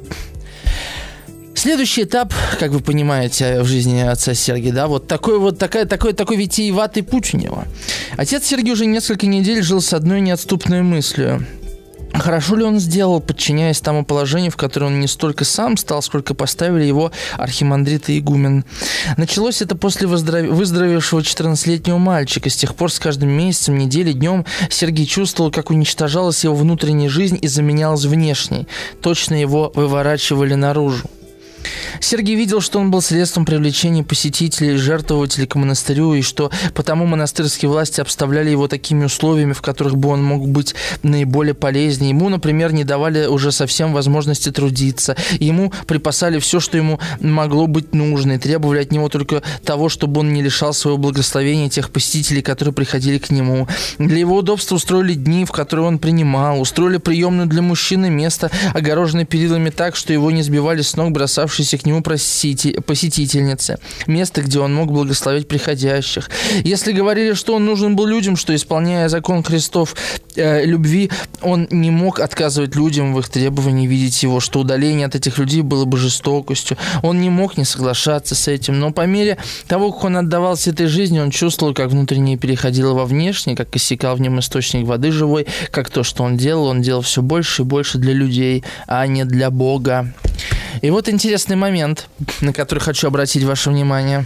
Следующий этап, как вы понимаете, в жизни отца Сергия, да, вот такой вот такая, такой, такой витиеватый путь у него. Отец Сергий уже несколько недель жил с одной неотступной мыслью. Хорошо ли он сделал, подчиняясь тому положению, в которое он не столько сам стал, сколько поставили его архимандрит и игумен. Началось это после выздоров... выздоровевшего четырнадцатилетнего мальчика. С тех пор с каждым месяцем, неделей, днем Сергий чувствовал, как уничтожалась его внутренняя жизнь и заменялась внешней. Точно его выворачивали наружу. Сергий видел, что он был средством привлечения посетителей и жертвователей к монастырю, и что потому монастырские власти обставляли его такими условиями, в которых бы он мог быть наиболее полезнее. Ему, например, не давали уже совсем возможности трудиться. Ему припасали все, что ему могло быть нужно, и требовали от него только того, чтобы он не лишал своего благословения тех посетителей, которые приходили к нему. Для его удобства устроили дни, в которые он принимал, устроили приемную для мужчины место, огороженное перилами так, что его не сбивали с ног бросавшиеся к нему посетительницы, место, где он мог благословить приходящих. Если говорили, что он нужен был людям, что, исполняя закон Христов э, любви, он не мог отказывать людям в их требовании видеть его, что удаление от этих людей было бы жестокостью. Он не мог не соглашаться с этим, но по мере того, как он отдавался этой жизни, он чувствовал, как внутреннее переходило во внешнее, как иссякал в нем источник воды живой, как то, что он делал, он делал все больше и больше для людей, а не для Бога. И вот интересный момент, на который хочу обратить ваше внимание.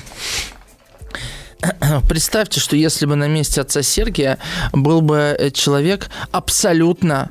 Представьте, что если бы на месте отца Сергия был бы человек абсолютно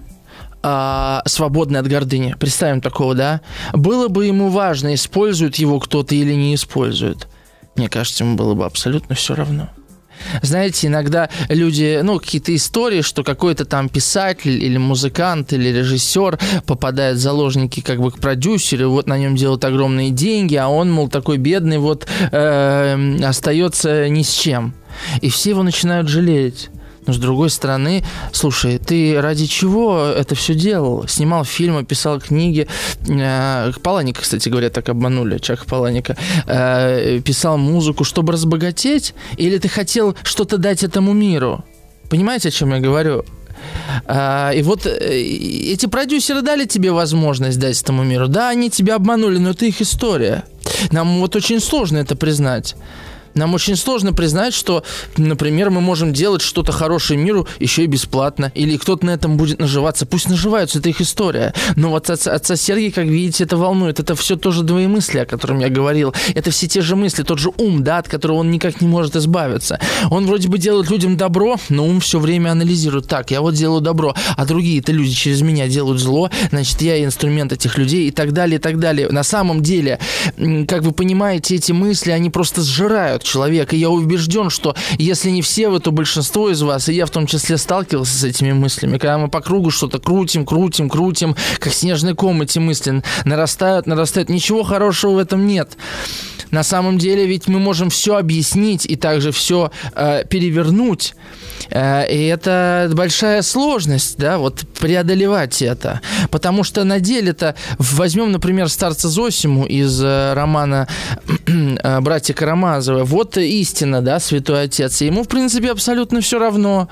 э, свободный от гордыни. Представим такого, да? Было бы ему важно, использует его кто-то или не использует. Мне кажется, ему было бы абсолютно все равно. Знаете, иногда люди, ну, какие-то истории, что какой-то там писатель или музыкант или режиссер попадает в заложники как бы к продюсеру, вот на нем делают огромные деньги, а он, мол, такой бедный, вот э, остается ни с чем. И все его начинают жалеть. Но с другой стороны, слушай, ты ради чего это все делал? Снимал фильмы, писал книги. Паланика, кстати говоря, так обманули, Чака Паланика. Писал музыку, чтобы разбогатеть? Или ты хотел что-то дать этому миру? Понимаете, о чем я говорю? И вот эти продюсеры дали тебе возможность дать этому миру. Да, они тебя обманули, но это их история. Нам вот очень сложно это признать. Нам очень сложно признать, что, например, мы можем делать что-то хорошее миру еще и бесплатно. Или кто-то на этом будет наживаться. Пусть наживаются, это их история. Но вот отца, отца Сергия, как видите, это волнует. Это все тоже двоемыслие, о котором я говорил. Это все те же мысли, тот же ум, да, от которого он никак не может избавиться. Он вроде бы делает людям добро, но ум все время анализирует. Так, я вот делаю добро, а другие-то люди через меня делают зло, значит, я инструмент этих людей и так далее, и так далее. На самом деле, как вы понимаете, эти мысли, они просто сжирают человека. И я убежден, что если не все вы, то большинство из вас, и я в том числе, сталкивался с этими мыслями. Когда мы по кругу что-то крутим, крутим, крутим, как снежный ком эти мысли нарастают, нарастают. Ничего хорошего в этом нет. На самом деле ведь мы можем все объяснить и также все э, перевернуть. Э, и это большая сложность, да, вот преодолевать это. Потому что на деле-то, возьмем, например, старца Зосиму из э, романа э, «Братья Карамазовы». Вот истина, да, святой отец. И ему, в принципе, абсолютно все равно.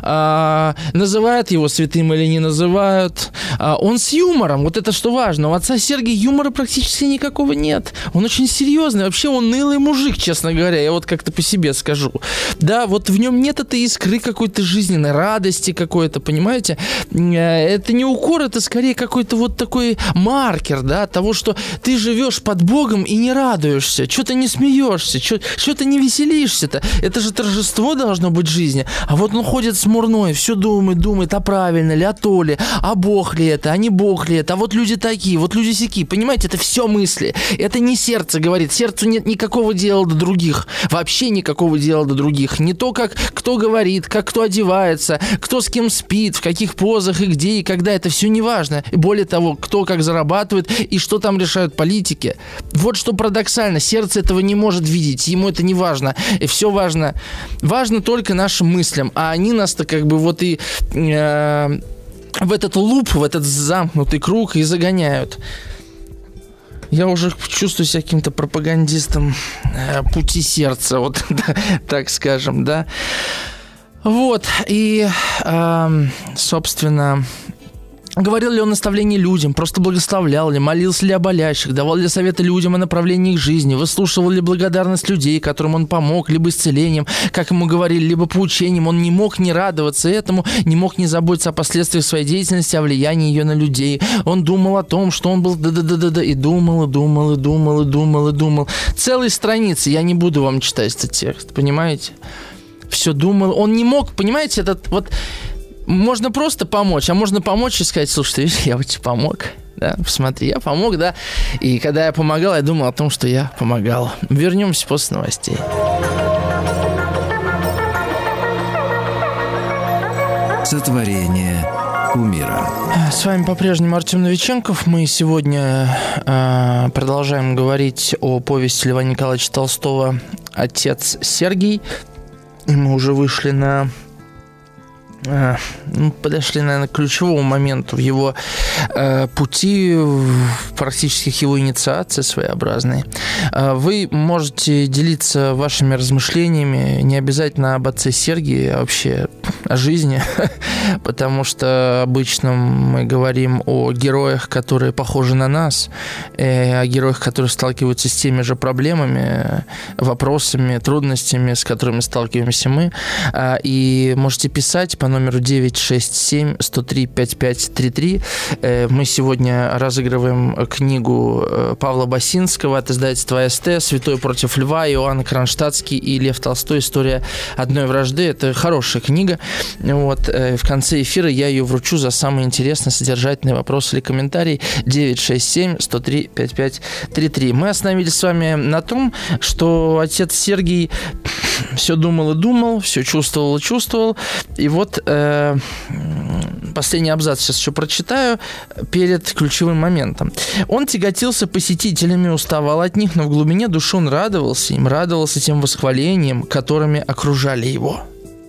Э, называют его святым или не называют. Э, он с юмором, вот это что важно. У отца Сергия юмора практически никакого нет. Он очень серьезный. вообще унылый мужик, честно говоря, я вот как-то по себе скажу. Да, вот в нем нет этой искры какой-то жизненной радости какой-то, понимаете? Это не укор, это скорее какой-то вот такой маркер, да, того, что ты живешь под Богом и не радуешься, что-то не смеешься, что-то не веселишься-то. Это же торжество должно быть в жизни. А вот он ходит смурной, все думает, думает, а правильно ли, а то ли, а Бог ли это, а не Бог ли это, а вот люди такие, вот люди сяки. Понимаете, это все мысли. Это не сердце говорит. Сердцу нет никакого дела до других. Вообще никакого дела до других. Не то, как кто говорит, как кто одевается, кто с кем спит, в каких позах и где и когда. Это все не важно. И более того, кто как зарабатывает и что там решают политики. Вот что парадоксально. Сердце этого не может видеть. Ему это не важно. И все важно. Важно только нашим мыслям. А они нас-то как бы вот и... Э- в этот луп, в этот замкнутый круг и загоняют. Я уже чувствую себя каким-то пропагандистом э, пути сердца, вот так скажем, да. Вот, и, э, собственно... Говорил ли он наставления людям, просто благословлял ли, молился ли о болящих, давал ли советы людям о направлении их жизни, выслушивал ли благодарность людей, которым он помог, либо исцелением, как ему говорили, либо поучением. Он не мог не радоваться этому, не мог не заботиться о последствиях своей деятельности, о влиянии ее на людей. Он думал о том, что он был да-да-да-да-да, и думал, и думал, и думал, и думал, и думал. Целые страницы, я не буду вам читать этот текст, понимаете? Все думал, он не мог, понимаете, этот вот... Можно просто помочь, а можно помочь и сказать: слушай, ты видишь, я вот тебе помог, да, посмотри, я помог, да, и когда я помогал, я думал о том, что я помогал. Вернемся после новостей. Сотворение умира. С вами по-прежнему Артем Новиченков. Мы сегодня э, продолжаем говорить о повести Льва Николаевича Толстого «Отец Сергий». И мы уже вышли на... Ну, подошли, наверное, к ключевому моменту в его э, пути, практически к его инициации своеобразной. Э, вы можете делиться вашими размышлениями не обязательно об отце Сергии, а вообще о жизни, потому что обычно мы говорим о героях, которые похожи на нас, э, о героях, которые сталкиваются с теми же проблемами, вопросами, трудностями, с которыми сталкиваемся мы. Э, и можете писать по номеру девять шесть семь сто три пятьдесят пять тридцать три. Мы сегодня разыгрываем книгу Павла Басинского от издательства АСТ «Святой против льва», Иоанн Кронштадтский и Лев Толстой «История одной вражды». Это хорошая книга. Вот. В конце эфира я ее вручу за самый интересный, содержательный вопрос или комментарий. девять шесть семь сто три пятьдесят пять тридцать три. Мы остановились с вами на том, что отец Сергий все думал и думал, все чувствовал и чувствовал. И вот э, последний абзац сейчас еще прочитаю перед ключевым моментом. Он тяготился посетителями, уставал от них, но в глубине души он радовался им, радовался тем восхвалением, которыми окружали его.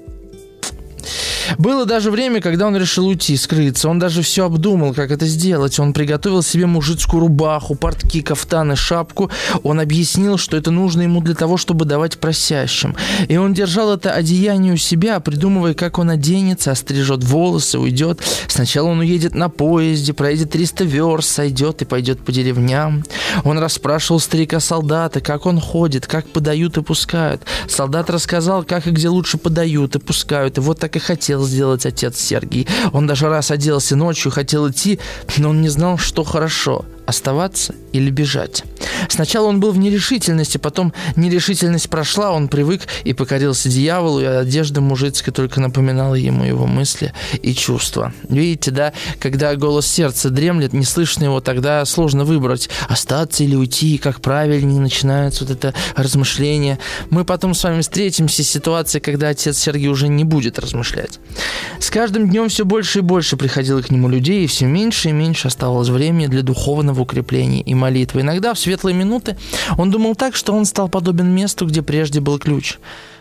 Было даже время, когда он решил уйти, скрыться. Он даже все обдумал, как это сделать. Он приготовил себе мужицкую рубаху, портки, кафтан и шапку. Он объяснил, что это нужно ему для того, чтобы давать просящим. И он держал это одеяние у себя, придумывая, как он оденется, острижет волосы, уйдет. Сначала он уедет на поезде, проедет триста верст, сойдет и пойдет по деревням. Он расспрашивал старика-солдата, как он ходит, как подают и пускают. Солдат рассказал, как и где лучше подают и пускают. И вот так и хотел сделать отец Сергий. Он даже раз оделся ночью, хотел идти, но он не знал, что хорошо – оставаться или бежать. Сначала он был в нерешительности, потом нерешительность прошла, он привык и покорился дьяволу, и одежда мужицкая только напоминала ему его мысли и чувства. Видите, да, когда голос сердца дремлет, не слышно его, тогда сложно выбрать, остаться или уйти, как правильнее начинается вот это размышление. Мы потом с вами встретимся с ситуацией, когда отец Сергий уже не будет размышлять. С каждым днем все больше и больше приходило к нему людей, и все меньше и меньше оставалось времени для духовного укрепления и молитвы. Иногда в светлые минуты он думал так, что он стал подобен месту, где прежде был ключ.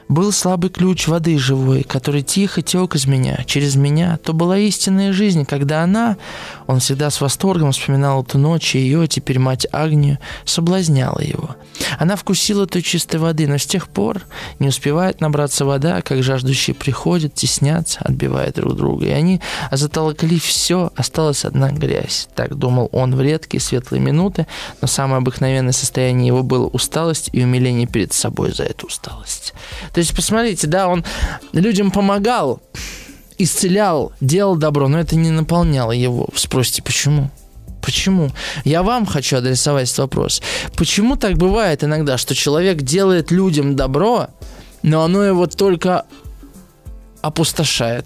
был слабый ключ воды живой, который тихо тек из меня, через меня. То была истинная жизнь, когда она, он всегда с восторгом вспоминал эту ночь, и ее, теперь мать Агнию, соблазняла его. Она вкусила той чистой воды, но с тех пор не успевает набраться вода, как жаждущие приходят, теснятся, отбивая друг друга. И они затолкли все, осталась одна грязь. Так думал он в редкие светлые минуты, но самое обыкновенное состояние его было усталость и умиление перед собой за эту усталость. То есть, посмотрите, да, он людям помогал, исцелял, делал добро, но это не наполняло его. Спросите, почему? Почему? Я вам хочу адресовать этот вопрос. Почему так бывает иногда, что человек делает людям добро, но оно его только опустошает?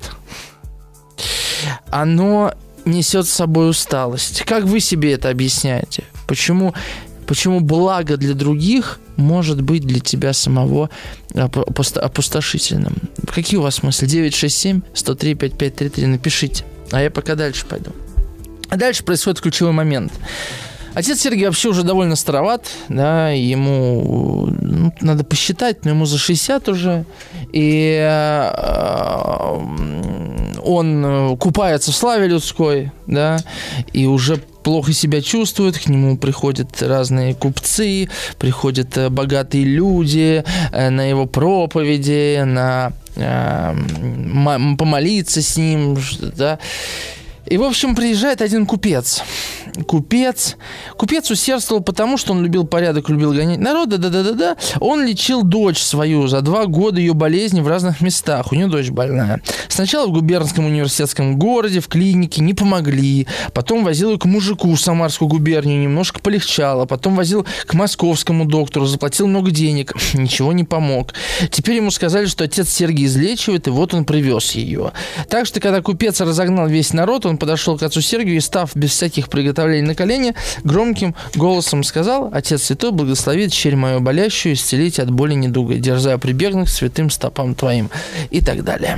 Оно несет с собой усталость. Как вы себе это объясняете? Почему, почему благо для других может быть для тебя самого опустошительным? Какие у вас мысли? девять шесть семь сто три пятьдесят пять тридцать три. Напишите. А я пока дальше пойду. А дальше происходит ключевой момент. Отец Сергий вообще уже довольно староват, да, ему, ну, надо посчитать, но ему за шестьдесят уже, и э, он купается в славе людской, да, и уже плохо себя чувствует, к нему приходят разные купцы, приходят богатые люди на его проповеди, на э, помолиться с ним, да. И, в общем, приезжает один купец. Купец. Купец усердствовал потому, что он любил порядок, любил гонять народ, да-да-да-да-да. Он лечил дочь свою за два года ее болезни в разных местах. У нее дочь больная. Сначала в губернском университетском городе, в клинике, не помогли. Потом возил ее к мужику в Самарскую губернию, немножко полегчало. Потом возил к московскому доктору, заплатил много денег. Ничего не помог. Теперь ему сказали, что отец Сергий излечивает, и вот он привез ее. Так что, когда купец разогнал весь народ, он подошел к отцу Сергию и, став без всяких приготовлений на колени, громким голосом сказал: «Отец Святой, благослови дщерь мою болящую, исцелите от боли недуга, дерзая прибегнуть к святым стопам твоим», и так далее.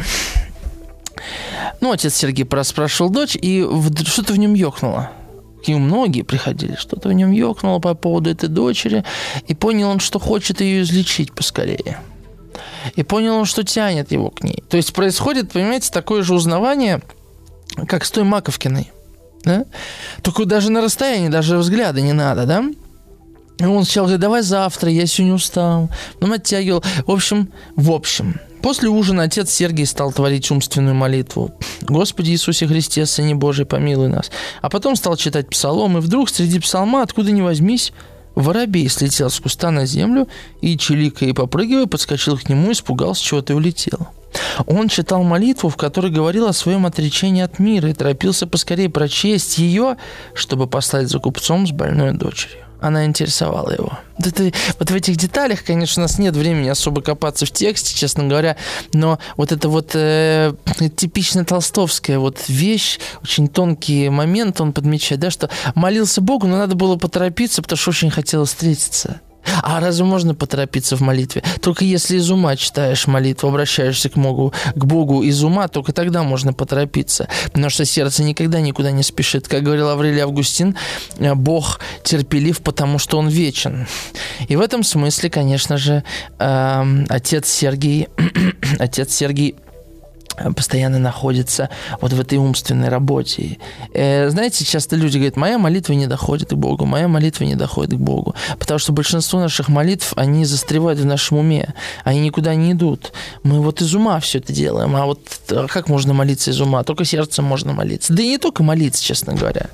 Ну, отец Сергий проспрашивал дочь, и что-то в нем ёкнуло. К нему многие приходили, что-то в нем ёкнуло по поводу этой дочери, и понял он, что хочет ее излечить поскорее. И понял он, что тянет его к ней. То есть происходит, понимаете, такое же узнавание, как с той Маковкиной, да? Только даже на расстоянии, даже взгляда не надо, да? И он сначала говорит: давай завтра, я сегодня устал. Потом оттягивал. В общем, в общем, после ужина отец Сергий стал творить умственную молитву: «Господи Иисусе Христе, Сыне Божий, помилуй нас». А потом стал читать псалом, и вдруг среди псалма, откуда ни возьмись, воробей слетел с куста на землю и, чиликая и попрыгивая, подскочил к нему, испугался чего-то и улетел. Он читал молитву, в которой говорил о своем отречении от мира, и торопился поскорее прочесть ее, чтобы послать за купцом с больной дочерью. Она интересовала его. Вот, это, вот в этих деталях, конечно, у нас нет времени особо копаться в тексте, честно говоря, но вот это вот э, типично толстовская вот вещь, очень тонкий момент он подмечает, да, что молился Богу, но надо было поторопиться, потому что очень хотелось встретиться. А разве можно поторопиться в молитве? Только если из ума читаешь молитву, обращаешься к Богу, к Богу из ума, только тогда можно поторопиться. Потому что сердце никогда никуда не спешит. Как говорил Аврелий Августин, Бог терпелив, потому что Он вечен. И в этом смысле, конечно же, э, отец Сергий, отец Сергий постоянно находится вот в этой умственной работе. Э, знаете, часто люди говорят: моя молитва не доходит к Богу, моя молитва не доходит к Богу. Потому что большинство наших молитв, они застревают в нашем уме, они никуда не идут. Мы вот из ума все это делаем. А вот как можно молиться из ума? Только сердцем можно молиться. Да и не только молиться, честно говоря.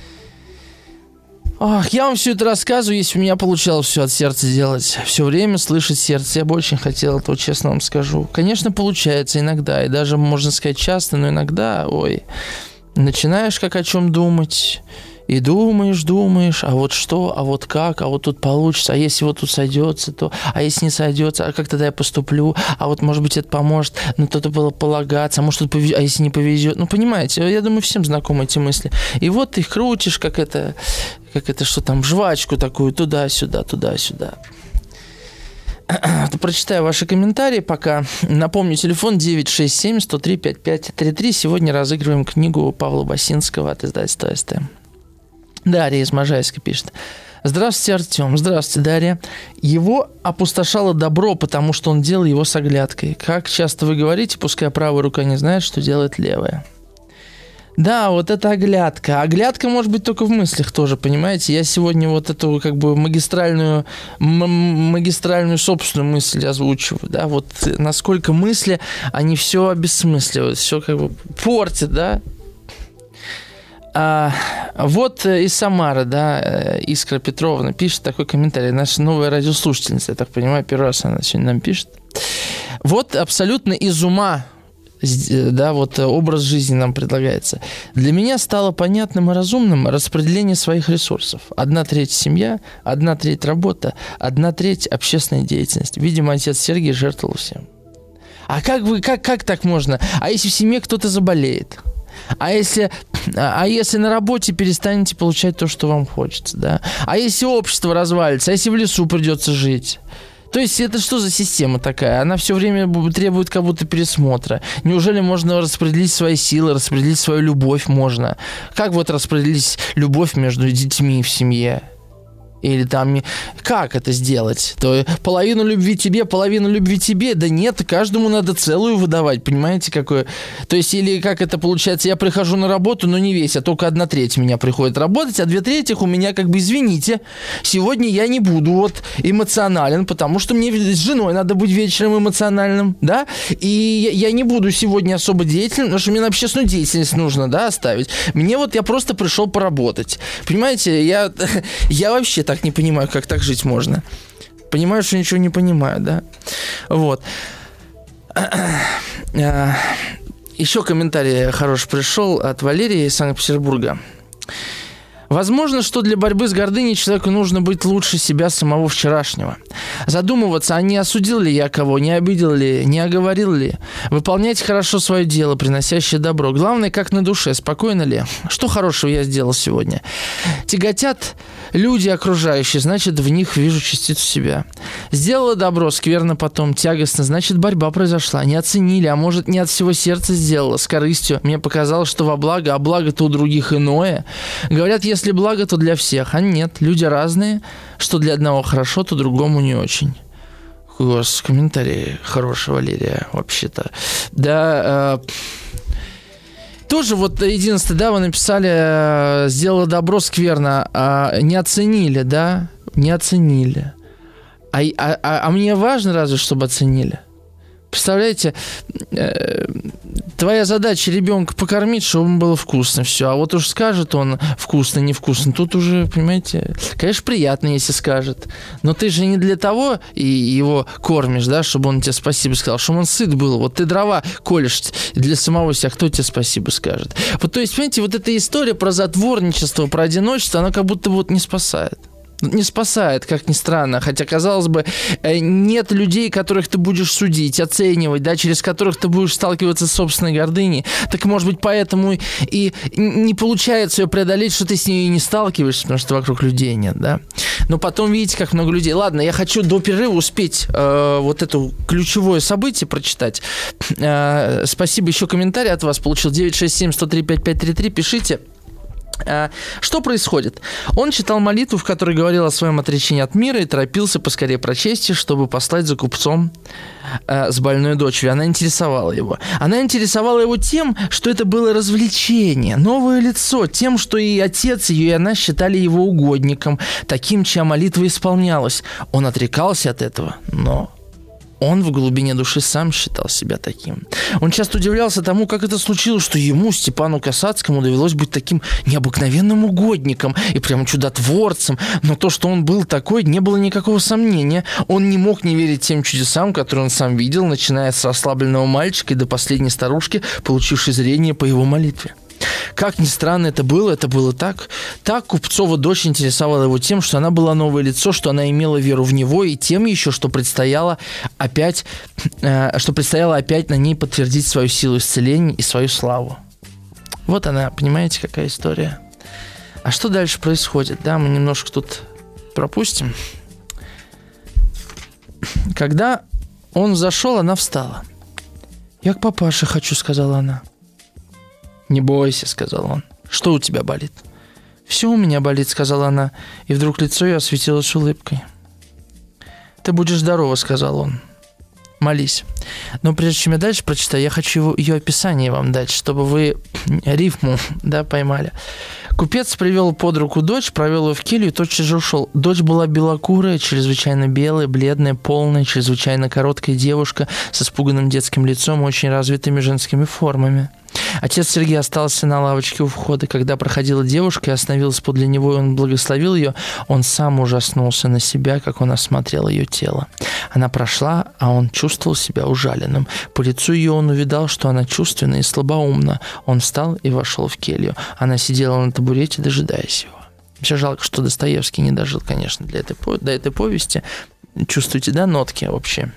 Ох, я вам все это рассказываю, если у меня получалось все от сердца делать, все время слышать сердце. Я бы очень хотел этого, честно вам скажу. Конечно, получается иногда, и даже, можно сказать, часто, но иногда, ой, начинаешь как о чем думать, и думаешь, думаешь, а вот что, а вот как, а вот тут получится, а если вот тут сойдется, то, а если не сойдется, а как тогда я поступлю, а вот, может быть, это поможет, ну, то-то было полагаться, а может, тут повезет, а если не повезет, ну, понимаете, я думаю, всем знакомы эти мысли. И вот ты их крутишь, как это, как это, что там, жвачку такую, туда-сюда, туда-сюда. Прочитаю ваши комментарии пока. Напомню, телефон девять шесть семь сто три пятьдесят пять тридцать три. Сегодня разыгрываем книгу Павла Басинского от издательства СТ. Дарья из Можайска пишет: Здравствуйте, Артем. Здравствуйте, Дарья. Его опустошало добро, потому что он делал его с оглядкой. Как часто вы говорите, пускай правая рука не знает, что делает левая. Да, вот это оглядка. Оглядка может быть только в мыслях тоже, понимаете? Я сегодня вот эту как бы магистральную, м- магистральную собственную мысль озвучиваю, да, вот насколько мысли, они все обесмысливают, все как бы портят, да. А, вот из Самары, да, Искра Петровна пишет такой комментарий. Наша новая радиослушательница, я так понимаю, первый раз она сегодня нам пишет. Вот абсолютно из ума, да, вот образ жизни нам предлагается. Для меня стало понятным и разумным распределение своих ресурсов. Одна треть семья, одна треть работа, одна треть общественная деятельность. Видимо, отец Сергей жертвовал всем. А как вы, как, как так можно? А если в семье кто-то заболеет? А если, а если на работе перестанете получать то, что вам хочется, да? А если общество развалится? А если в лесу придется жить? То есть это что за система такая? Она все время требует как будто пересмотра. Неужели можно распределить свои силы, распределить свою любовь можно? Как вот распределить любовь между детьми в семье? Или там, как это сделать? То половину любви тебе, половину любви тебе. Да нет, каждому надо целую выдавать, понимаете, какое? То есть, или как это получается, я прихожу на работу, но не весь, а только одна треть меня приходит работать, а две трети у меня как бы, извините, сегодня я не буду вот эмоционален, потому что мне с женой надо быть вечером эмоциональным, да? И я, я не буду сегодня особо деятельным, потому что мне на общественную деятельность нужно, да, оставить. Мне вот, я просто пришел поработать. Понимаете, я, я вообще так не понимаю, как так жить можно. Понимаю, что ничего не понимаю, да? Вот. Еще комментарий хороший пришел от Валерии из Санкт-Петербурга. Возможно, что для борьбы с гордыней человеку нужно быть лучше себя самого вчерашнего. Задумываться, а не осудил ли я кого, не обидел ли, не оговорил ли. Выполнять хорошо свое дело, приносящее добро. Главное, как на душе, спокойно ли. Что хорошего я сделал сегодня? Тяготят люди окружающие, значит, в них вижу частицу себя. Сделала добро, скверно потом, тягостно, значит, борьба произошла. Не оценили, а может, не от всего сердца сделала, с корыстью. Мне показалось, что во благо, а благо-то у других иное. Говорят, если благо, то для всех. А нет, люди разные. Что для одного хорошо, то другому не очень. У вас комментарий хороший, Валерия, вообще-то. Да, э, тоже вот единственное, да, вы написали, э, сделала добро скверно, э, не оценили, да, не оценили. А, а, а мне важно разве, чтобы оценили? Представляете, э, твоя задача ребенка покормить, чтобы ему было вкусно все. А вот уж скажет он вкусно, невкусно, тут уже, понимаете, конечно, приятно, если скажет. Но ты же не для того и его кормишь, да, чтобы он тебе спасибо сказал, чтобы он сыт был. Вот ты дрова колешь для самого себя, кто тебе спасибо скажет? Вот, то есть, понимаете, вот эта история про затворничество, про одиночество, она как будто вот не спасает. Не спасает, как ни странно. Хотя, казалось бы, нет людей, которых ты будешь судить, оценивать, да, через которых ты будешь сталкиваться с собственной гордыней. Так, может быть, поэтому и не получается ее преодолеть, что ты с ней не сталкиваешься, потому что вокруг людей нет, да. Но потом видите, как много людей. Ладно, я хочу до перерыва успеть э, вот это ключевое событие прочитать. Э, спасибо, еще комментарий от вас получил. девять шесть семь сто три пять пять три три. Пишите. Что происходит? Он читал молитву, в которой говорил о своем отречении от мира и торопился поскорее прочесть, чтобы послать за купцом э, с больной дочерью. Она интересовала его. Она интересовала его тем, что это было развлечение, новое лицо, тем, что и отец ее, и она считали его угодником, таким, чья молитва исполнялась. Он отрекался от этого, но... Он в глубине души сам считал себя таким. Он часто удивлялся тому, как это случилось, что ему, Степану Касацкому, довелось быть таким необыкновенным угодником и прямо чудотворцем. Но то, что он был такой, не было никакого сомнения. Он не мог не верить тем чудесам, которые он сам видел, начиная с ослабленного мальчика и до последней старушки, получившей зрение по его молитве. Как ни странно это было, это было так. Так Купцова дочь интересовала его тем, что она была новое лицо, что она имела веру в него, и тем еще, что предстояло опять, э, что предстояло опять на ней подтвердить свою силу исцеления и свою славу. Вот она, понимаете, какая история. А что дальше происходит? Да, мы немножко тут пропустим. Когда он зашел, она встала. «Я к папаше хочу», — сказала она. «Не бойся», — сказал он. «Что у тебя болит?» «Все у меня болит», — сказала она, и вдруг лицо ее осветилось улыбкой. «Ты будешь здорова», — сказал он. «Молись». Но прежде чем я дальше прочитаю, я хочу его, ее описание вам дать, чтобы вы рифму, да, поймали. Купец привел под руку дочь, провел ее в келью и тотчас же ушел. Дочь была белокурая, чрезвычайно белая, бледная, полная, чрезвычайно короткая девушка с испуганным детским лицом и очень развитыми женскими формами. Отец Сергей остался на лавочке у входа. Когда проходила девушка и остановилась подле него, и он благословил ее, он сам ужаснулся на себя, как он осмотрел ее тело. Она прошла, а он чувствовал себя ужаленным. По лицу ее он увидал, что она чувственна и слабоумна. Он встал и вошел в келью. Она сидела на табурете, дожидаясь его. Все жалко, что Достоевский не дожил, конечно, для этой, до этой повести. Чувствуете, да, нотки общие?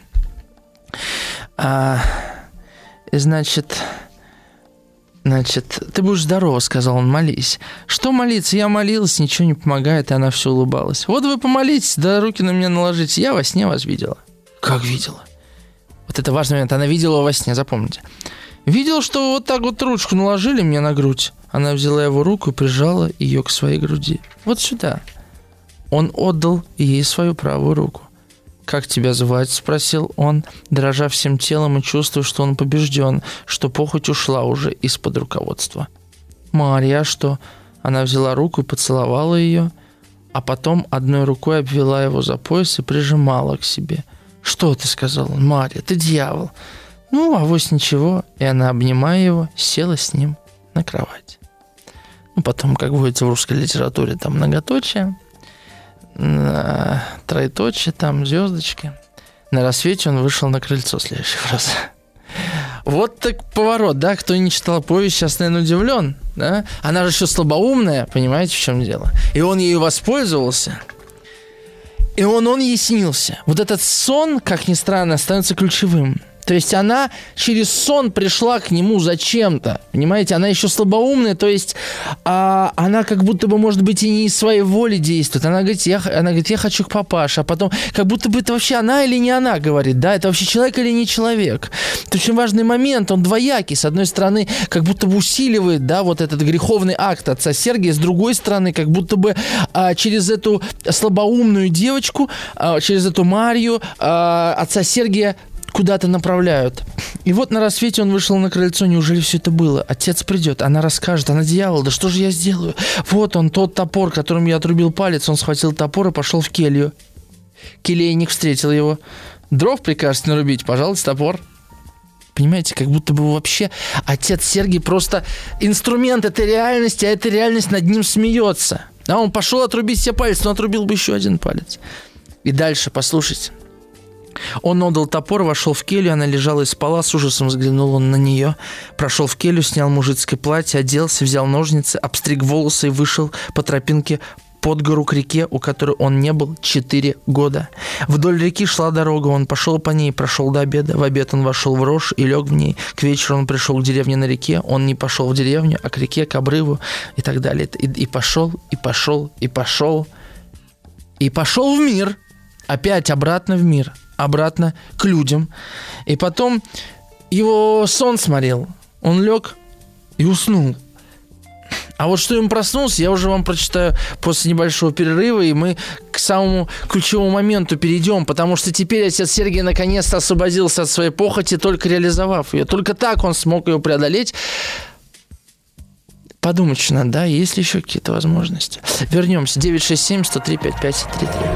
А, значит... «Значит, ты будешь здорова», — сказал он, — «молись». «Что молиться? Я молилась, ничего не помогает», и она все улыбалась. «Вот вы помолитесь, да руки на меня наложите. Я во сне вас видела». «Как видела?» Вот это важный момент. Она видела во сне, запомните. «Видела, что вы вот так вот ручку наложили мне на грудь». Она взяла его руку и прижала ее к своей груди. «Вот сюда». Он отдал ей свою правую руку. «Как тебя звать?» — спросил он, дрожа всем телом и чувствуя, что он побежден, что похоть ушла уже из-под руководства. «Марья, а что?» Она взяла руку и поцеловала ее, а потом одной рукой обвела его за пояс и прижимала к себе. «Что ты?» — сказал он. «Марья, ты дьявол». «Ну, авось ничего». И она, обнимая его, села с ним на кровать. Ну, потом, как говорится в русской литературе, там многоточие, троеточие, там звездочки. На рассвете он вышел на крыльцо, следующая фраза. Вот так поворот, да? Кто не читал повесть, сейчас, наверное, удивлен, да? Она же еще слабоумная, понимаете, в чем дело? И он ею воспользовался, и он, он ей снился. Вот этот сон, как ни странно, становится ключевым. То есть она через сон пришла к нему зачем-то, понимаете? Она еще слабоумная, то есть а, она как будто бы, может быть, и не из своей воли действует. Она говорит, я, она говорит, я хочу к папаше, а потом как будто бы это вообще она или не она говорит, да? Это вообще человек или не человек? Это очень важный момент, он двоякий. С одной стороны, как будто бы усиливает, да, вот этот греховный акт отца Сергия, с другой стороны, как будто бы а, через эту слабоумную девочку, а, через эту Марью а, отца Сергия куда-то направляют. И вот на рассвете он вышел на крыльцо. Неужели все это было? Отец придет, она расскажет, она дьявол, да что же я сделаю? Вот он, тот топор, которым я отрубил палец. Он схватил топор и пошел в келью. Келейник встретил его. Дров прикажете нарубить, пожалуйста, топор. Понимаете, как будто бы вообще отец Сергий просто инструмент этой реальности, а эта реальность над ним смеется. А он пошел отрубить себе палец, но отрубил бы еще один палец. И дальше, послушайте. Он отдал топор, вошел в келью, она лежала и спала, с ужасом взглянул он на нее, прошел в келью, снял мужицкое платье, оделся, взял ножницы, обстриг волосы и вышел по тропинке под гору к реке, у которой он не был четыре года. Вдоль реки шла дорога, он пошел по ней, прошел до обеда. В обед он вошел в рожь и лег в ней. К вечеру он пришел к деревне на реке, он не пошел в деревню, а к реке, к обрыву и так далее. И, и пошел, и пошел, и пошел, и пошел в мир. Опять обратно в мир. Обратно к людям. И потом его сон сморил. Он лег и уснул. А вот что ему проснулся, я уже вам прочитаю после небольшого перерыва, и мы к самому ключевому моменту перейдем, потому что теперь отец Сергий наконец-то освободился от своей похоти, только реализовав ее. Только так он смог ее преодолеть. Подумать еще надо, да? Есть ли еще какие-то возможности? Вернемся. девять шесть семь сто три пятьдесят пять тридцать три.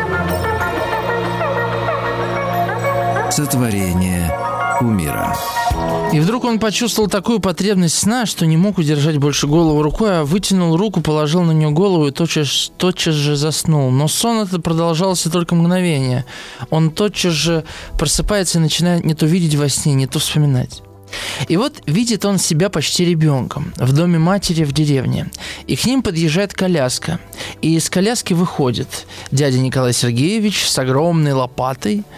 Сотворение умира. И вдруг он почувствовал такую потребность сна, что не мог удержать больше голову рукой, а вытянул руку, положил на нее голову и тотчас, тотчас же заснул. Но сон этот продолжался только мгновение. Он тотчас же просыпается и начинает не то видеть во сне, не то вспоминать. И вот видит он себя почти ребенком в доме матери в деревне. И к ним подъезжает коляска. И из коляски выходит дядя Николай Сергеевич с огромной лопатой,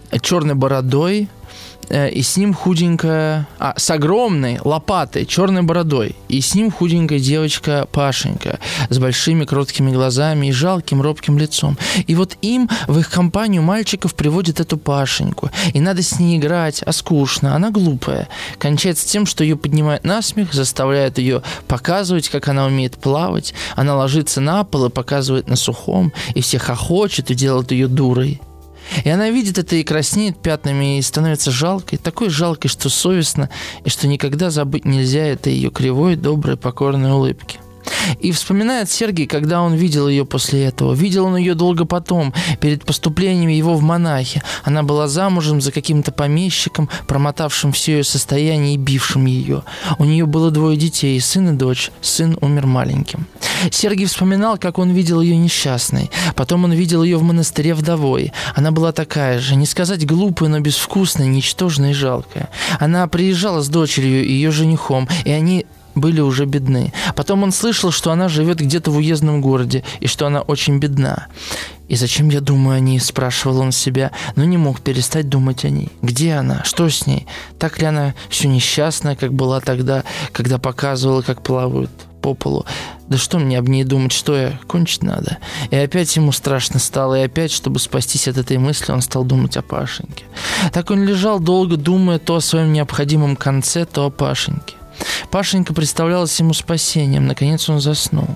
черной бородой, и с ним худенькая... А, с огромной лопатой, черной бородой. И с ним худенькая девочка Пашенька с большими кроткими глазами и жалким робким лицом. И вот им в их компанию мальчиков приводит эту Пашеньку. И надо с ней играть, а скучно, она глупая. Кончается тем, что ее поднимают на смех, заставляют ее показывать, как она умеет плавать. Она ложится на пол и показывает на сухом. И все хохочут и делают ее дурой. И она видит это и краснеет пятнами, и становится жалкой, такой жалкой, что совестно, и что никогда забыть нельзя этой ее кривой, доброй, покорной улыбки. И вспоминает Сергий, когда он видел ее после этого. Видел он ее долго потом, перед поступлением его в монахи. Она была замужем за каким-то помещиком, промотавшим все ее состояние и бившим ее. У нее было двое детей, сын и дочь. Сын умер маленьким. Сергий вспоминал, как он видел ее несчастной. Потом он видел ее в монастыре вдовой. Она была такая же, не сказать глупая, но безвкусная, ничтожная и жалкая. Она приезжала с дочерью и ее женихом, и они были уже бедны. Потом он слышал, что она живет где-то в уездном городе, и что она очень бедна. «И зачем я думаю о ней?» – спрашивал он себя, но не мог перестать думать о ней. Где она? Что с ней? Так ли она все несчастная, как была тогда, когда показывала, как плавают по полу? Да что мне об ней думать, что я? Кончить надо. И опять ему страшно стало, и опять, чтобы спастись от этой мысли, он стал думать о Пашеньке. Так он лежал долго, думая то о своем необходимом конце, то о Пашеньке. Пашенька представлялась ему спасением. Наконец он заснул.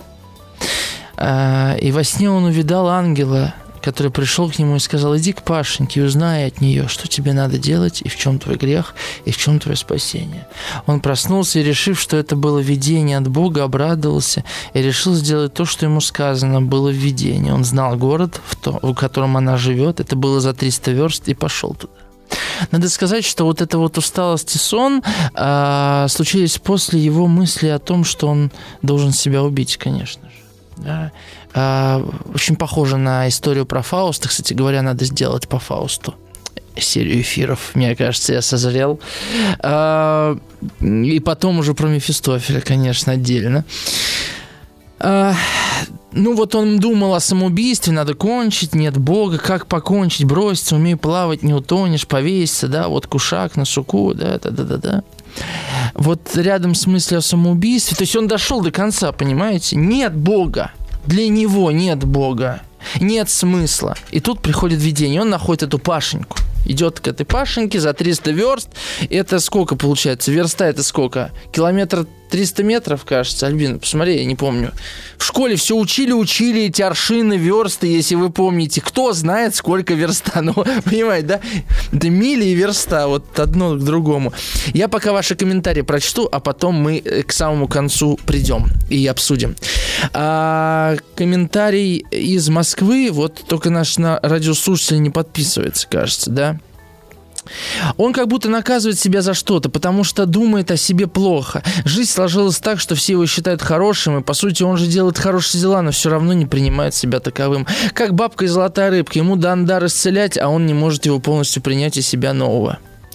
И во сне он увидал ангела, который пришел к нему и сказал: иди к Пашеньке и узнай от нее, что тебе надо делать, и в чем твой грех, и в чем твое спасение. Он проснулся и, решив, что это было видение от Бога, обрадовался и решил сделать то, что ему сказано было в видении. Он знал город, в, то, в котором она живет, это было за триста верст, и пошел туда. Надо сказать, что вот эта вот усталость и сон а, случились после его мысли о том, что он должен себя убить, конечно же. Да. А, очень похоже на историю про Фауста. Кстати говоря, надо сделать по Фаусту серию эфиров. Мне кажется, я созрел. А, и потом уже про Мефистофеля, конечно, отдельно. А, ну вот он думал о самоубийстве, надо кончить, нет Бога, как покончить, броситься, умей плавать, не утонешь, повеситься, да, вот кушак на суку, да, да, да, да, да. Вот рядом с мыслью о самоубийстве, то есть он дошел до конца, понимаете? Нет Бога, для него нет Бога, нет смысла. И тут приходит видение, он находит эту Пашеньку. Идет к этой Пашеньке за триста верст. Это сколько получается? Верста это сколько? Километр триста метров, кажется. Альбина, посмотри, я не помню. В школе все учили, учили эти аршины, версты, если вы помните. Кто знает, сколько верста? Ну, понимаете, да? Это мили и верста, вот одно к другому. Я пока ваши комментарии прочту, а потом мы к самому концу придем и обсудим. А, комментарий из Москвы, вот только наш на радиослушатель не подписывается, кажется, да? Он как будто наказывает себя за что-то, потому что думает о себе плохо. Жизнь сложилась так, что все его считают хорошим, и, по сути, он же делает хорошие дела, но все равно не принимает себя таковым. Как бабка и золотая рыбка. Ему дан дар исцелять, а он не может его полностью принять из себя нового.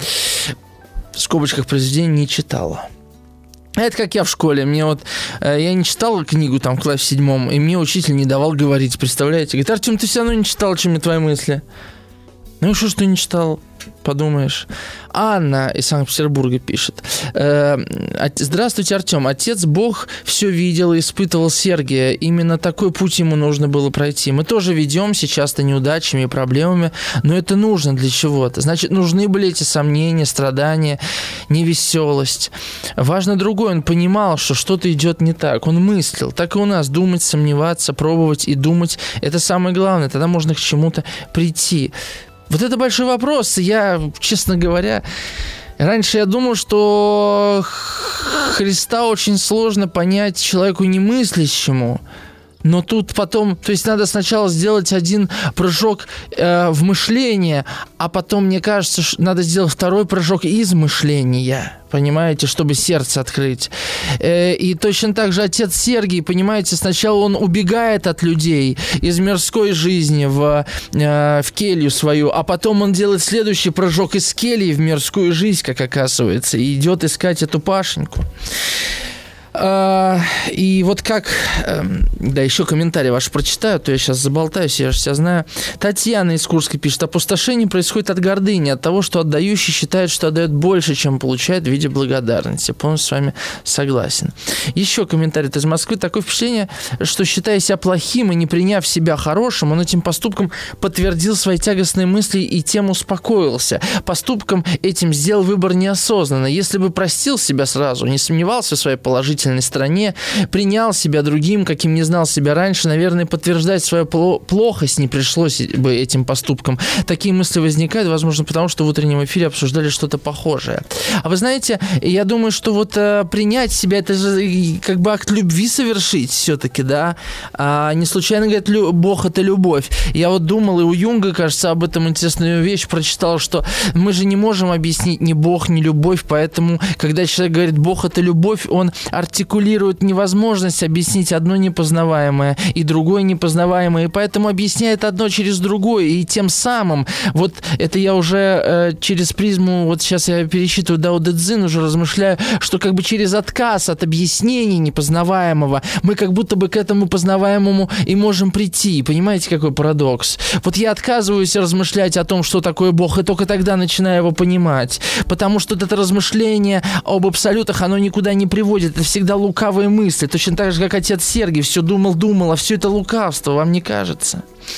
В скобочках произведение не читала. Это как я в школе. Мне вот, э, я не читал книгу там в классе седьмом, и мне учитель не давал говорить, представляете? Говорит: Артем, ты все равно не читал, чем мне твои мысли. Ну и что, что ты не читал? Подумаешь. Анна из Санкт-Петербурга пишет. Э, Здравствуйте, Артем. Отец Бог все видел и испытывал Сергия. Именно такой путь ему нужно было пройти. Мы тоже ведемся часто неудачами и проблемами, но это нужно для чего-то. Значит, нужны были эти сомнения, страдания, невеселость. Важно другое. Он понимал, что что-то идет не так. Он мыслил. Так и у нас. Думать, сомневаться, пробовать и думать. Это самое главное. Тогда можно к чему-то прийти. Вот это большой вопрос. Я, честно говоря, раньше я думал, что Христа очень сложно понять человеку немыслящему. Но тут потом, то есть надо сначала сделать один прыжок э, в мышление, а потом, мне кажется, надо сделать второй прыжок из мышления, понимаете, чтобы сердце открыть. Э, и точно так же отец Сергий, понимаете, сначала он убегает от людей из мирской жизни в, э, в келью свою, а потом он делает следующий прыжок из кельи в мирскую жизнь, как оказывается, и идет искать эту Пашеньку. И вот как... Да, еще комментарий ваш прочитаю, то я сейчас заболтаюсь, я же себя знаю. Татьяна из Курска пишет: опустошение происходит от гордыни, от того, что отдающий считает, что отдает больше, чем получает в виде благодарности. Я полностью с вами согласен. Еще комментарий из Москвы. Такое впечатление, что, считая себя плохим и не приняв себя хорошим, он этим поступком подтвердил свои тягостные мысли и тем успокоился. Поступком этим сделал выбор неосознанно. Если бы простил себя сразу, не сомневался в своей положительной стороне, принял себя другим, каким не знал себя раньше, наверное, подтверждать свою плохость не пришлось бы этим поступком. Такие мысли возникают, возможно, потому что в утреннем эфире обсуждали что-то похожее. А вы знаете, я думаю, что вот э, принять себя, это же как бы акт любви совершить все-таки, да? А не случайно говорят, лю- Бог — это любовь. Я вот думал, и у Юнга, кажется, об этом интересную вещь прочитал, что мы же не можем объяснить ни Бог, ни любовь, поэтому, когда человек говорит «Бог — это любовь», он артикулирует невозможность объяснить одно непознаваемое и другое непознаваемое, и поэтому объясняет одно через другое, и тем самым, вот это я уже э, через призму, вот сейчас я пересчитываю Дао Дэ Цзин, уже размышляю, что как бы через отказ от объяснений непознаваемого мы как будто бы к этому познаваемому и можем прийти. Понимаете, какой парадокс? Вот я отказываюсь размышлять о том, что такое Бог, и только тогда начинаю его понимать, потому что это размышление об абсолютах, оно никуда не приводит, это всегда лукавые мысли, точно так же, как отец Сергий все думал-думал, а все это лукавство, вам не кажется?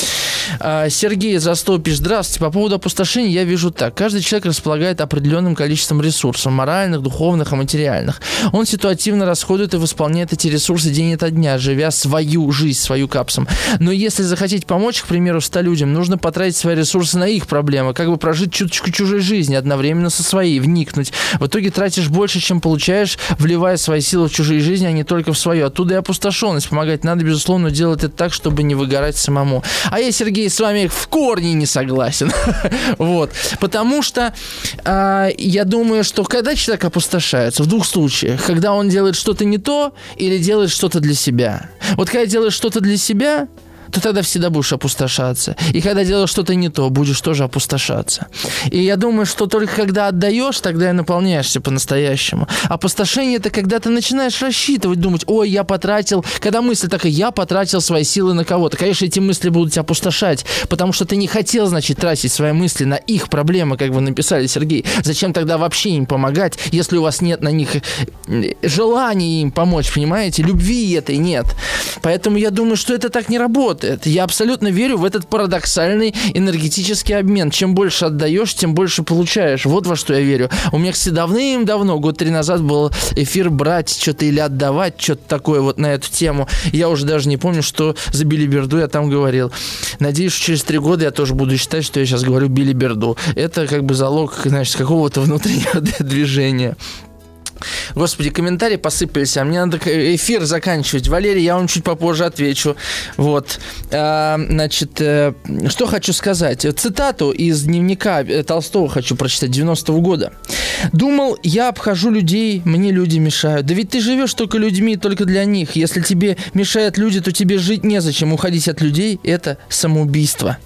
Сергей из Ростова пишет: здравствуйте, по поводу опустошения я вижу так. Каждый человек располагает определенным количеством ресурсов, моральных, духовных и материальных. Он ситуативно расходует и восполняет эти ресурсы день ото дня, живя свою жизнь, свою капсом. Но если захотите помочь, к примеру, ста людям, нужно потратить свои ресурсы на их проблемы, как бы прожить чуточку чужой жизни одновременно со своей, вникнуть. В итоге тратишь больше, чем получаешь, вливая свои силы в чужие жизни, а не только в свою. Оттуда и опустошенность. Помогать надо, безусловно, делать это так, чтобы не выгорать самому. А я, Сергей, с вами в корне не согласен. Вот. Потому что э, я думаю, что когда человек опустошается, в двух случаях, когда он делает что-то не то или делает что-то для себя. Вот когда делаешь что-то для себя, то тогда всегда будешь опустошаться. И когда делаешь что-то не то, будешь тоже опустошаться. И я думаю, что только когда отдаешь, тогда и наполняешься по-настоящему. Опустошение — это когда ты начинаешь рассчитывать, думать: ой, я потратил... Когда мысль такая: я потратил свои силы на кого-то. Конечно, эти мысли будут тебя опустошать, потому что ты не хотел, значит, тратить свои мысли на их проблемы, как вы написали, Сергей. Зачем тогда вообще им помогать, если у вас нет на них желания им помочь, понимаете? Любви этой нет. Поэтому я думаю, что это так не работает. Я абсолютно верю в этот парадоксальный энергетический обмен. Чем больше отдаешь, тем больше получаешь. Вот во что я верю. У меня, кстати, давным-давно, год три назад был эфир «Брать что-то или отдавать», что-то такое вот на эту тему. Я уже даже не помню, что за билиберду я там говорил. Надеюсь, что через три года я тоже буду считать, что я сейчас говорю билиберду. Это как бы залог, значит, какого-то внутреннего движения. Господи, комментарии посыпались, а мне надо эфир заканчивать. Валерий, я вам чуть попозже отвечу. Вот. А, значит, э, что хочу сказать. Цитату из дневника Толстого хочу прочитать, девяностого года. «Думал, я обхожу людей, мне люди мешают. Да ведь ты живешь только людьми, только для них. Если тебе мешают люди, то тебе жить незачем. Уходить от людей – это самоубийство».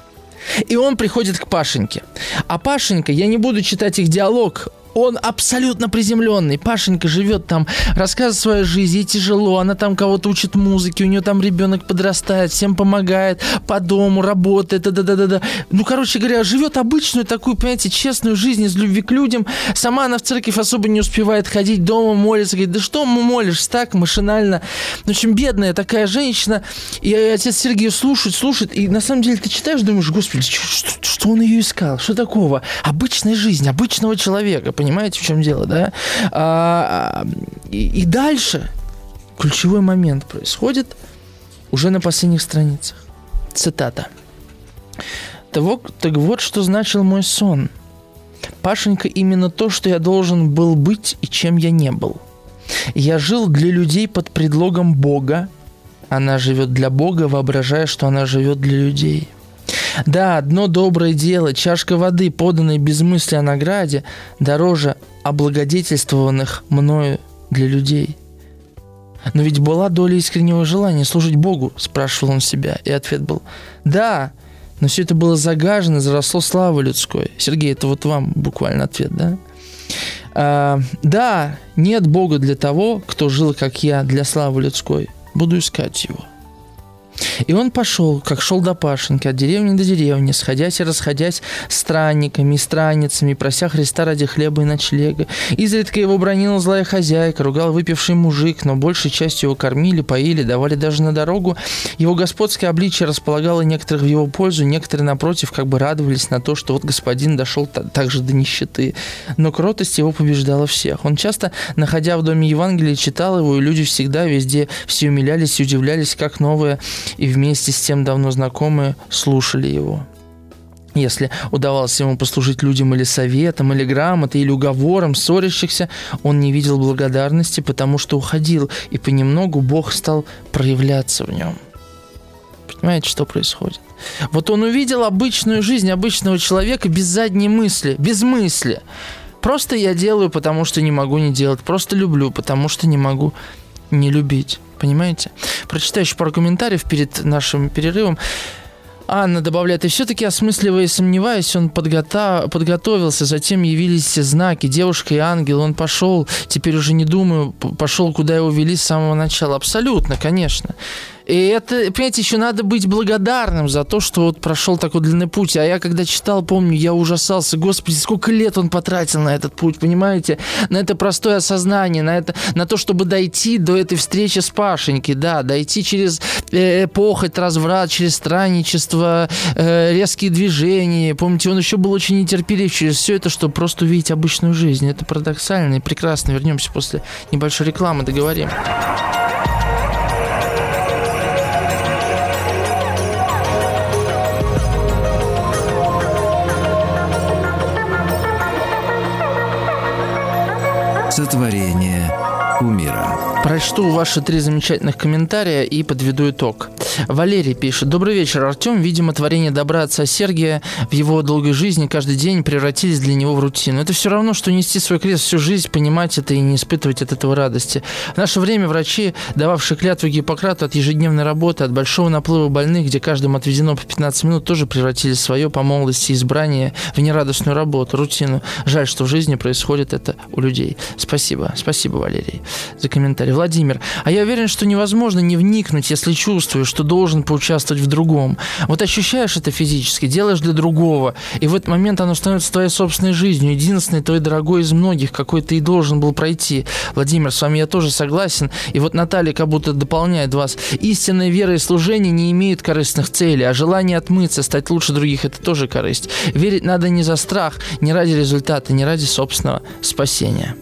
И он приходит к Пашеньке. А Пашенька, я не буду читать их диалог, он абсолютно приземленный. Пашенька живет там, рассказывает свою жизнь, ей тяжело, она там кого-то учит музыке, у нее там ребенок подрастает, всем помогает, по дому работает, да-да-да-да. Ну, короче говоря, живет обычную такую, понимаете, честную жизнь из любви к людям. Сама она в церковь особо не успевает ходить, дома молится, говорит: да что молишься так машинально. В общем, бедная такая женщина. И отец Сергей слушает, слушает, и на самом деле ты читаешь, думаешь: господи, что, что, что он ее искал? Что такого? Обычная жизнь, обычного человека. Понимаете, в чем дело, да? А, и, и дальше ключевой момент происходит уже на последних страницах. Цитата. «Так, так вот, что значил мой сон. Пашенька именно то, что я должен был быть и чем я не был. Я жил для людей под предлогом Бога. Она живет для Бога, воображая, что она живет для людей. Да, одно доброе дело, чашка воды, поданной без мысли о награде, дороже облагодетельствованных мною для людей. Но ведь была доля искреннего желания служить Богу, спрашивал он себя, и ответ был: да, но все это было загажено, заросло славой людской. Сергей, это вот вам буквально ответ, да? А, да, нет Бога для того, кто жил, как я, для славы людской. Буду искать его. И он пошел, как шел до Пашеньки, от деревни до деревни, сходясь и расходясь странниками и странницами, прося Христа ради хлеба и ночлега. Изредка его бранила злая хозяйка, ругал выпивший мужик, но большей частью его кормили, поили, давали даже на дорогу. Его господское обличие располагало некоторых в его пользу, некоторые, напротив, как бы радовались на то, что вот господин дошел также до нищеты. Но кротость его побеждала всех. Он часто, находя в доме Евангелия, читал его, и люди всегда везде все умилялись и удивлялись, как новое, и вместе с тем давно знакомые слушали его. Если удавалось ему послужить людям или советом, или грамотой, или уговором ссорящихся, он не видел благодарности, потому что уходил, и понемногу Бог стал проявляться в нем. Понимаете, что происходит? Вот он увидел обычную жизнь обычного человека без задней мысли, без мысли. Просто я делаю, потому что не могу не делать. Просто люблю, потому что не могу не любить. Понимаете? Прочитаю еще пару комментариев перед нашим перерывом. Анна добавляет: и все-таки, осмысливая и сомневаясь, он подготов... подготовился, затем явились знаки, девушка и ангел, он пошел, теперь уже не думаю, пошел, куда его вели с самого начала. Абсолютно, конечно. И это, понимаете, еще надо быть благодарным за то, что вот прошел такой длинный путь. А я, когда читал, помню, я ужасался. Господи, сколько лет он потратил на этот путь, понимаете? На это простое осознание, на, это, на то, чтобы дойти до этой встречи с Пашенькой, да, дойти через э, похоть, разврат, через странничество, э, резкие движения. Помните, он еще был очень нетерпелив через все это, чтобы просто увидеть обычную жизнь. Это парадоксально и прекрасно. Вернемся после небольшой рекламы, договорим. Сотворение умира. Прочту ваши три замечательных комментария и подведу итог. Валерий пишет: добрый вечер, Артем. Видимо, творение добра отца Сергия в его долгой жизни каждый день превратились для него в рутину. Это все равно, что нести свой крест всю жизнь, понимать это и не испытывать от этого радости. В наше время врачи, дававшие клятву Гиппократу от ежедневной работы, от большого наплыва больных, где каждому отведено по пятнадцать минут, тоже превратили свое по молодости избрание в нерадостную работу, рутину. Жаль, что в жизни происходит это у людей. Спасибо. Спасибо, Валерий, за комментарий. Владимир: а я уверен, что невозможно не вникнуть, если чувствуешь, что должен поучаствовать в другом. Вот ощущаешь это физически, делаешь для другого, и в этот момент оно становится твоей собственной жизнью, единственной, твоей дорогой из многих, какой ты и должен был пройти. Владимир, с вами я тоже согласен, и вот Наталья как будто дополняет вас. Истинная вера и служение не имеют корыстных целей, а желание отмыться, стать лучше других – это тоже корысть. Верить надо не за страх, не ради результата, не ради собственного спасения.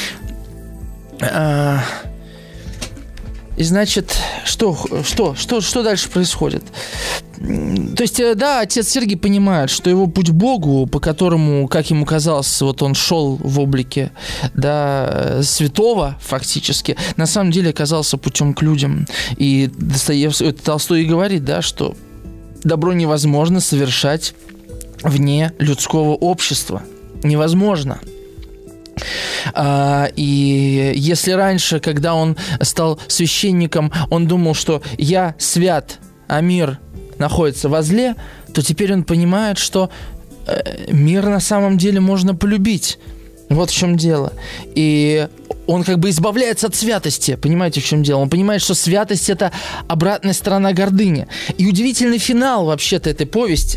И значит, что, что, что, что дальше происходит? То есть, да, отец Сергий понимает, что его путь к Богу, по которому, как ему казалось, вот он шел в облике, да, святого фактически, на самом деле оказался путем к людям. И Достоевский, Толстой и говорит, да, что добро невозможно совершать вне людского общества. Невозможно. А, и если раньше, когда он стал священником, он думал, что я свят, а мир находится во зле, то теперь он понимает, что э, мир на самом деле можно полюбить. Вот в чем дело. И он как бы избавляется от святости. Понимаете, в чем дело? Он понимает, что святость – это обратная сторона гордыни. И удивительный финал вообще-то этой повести.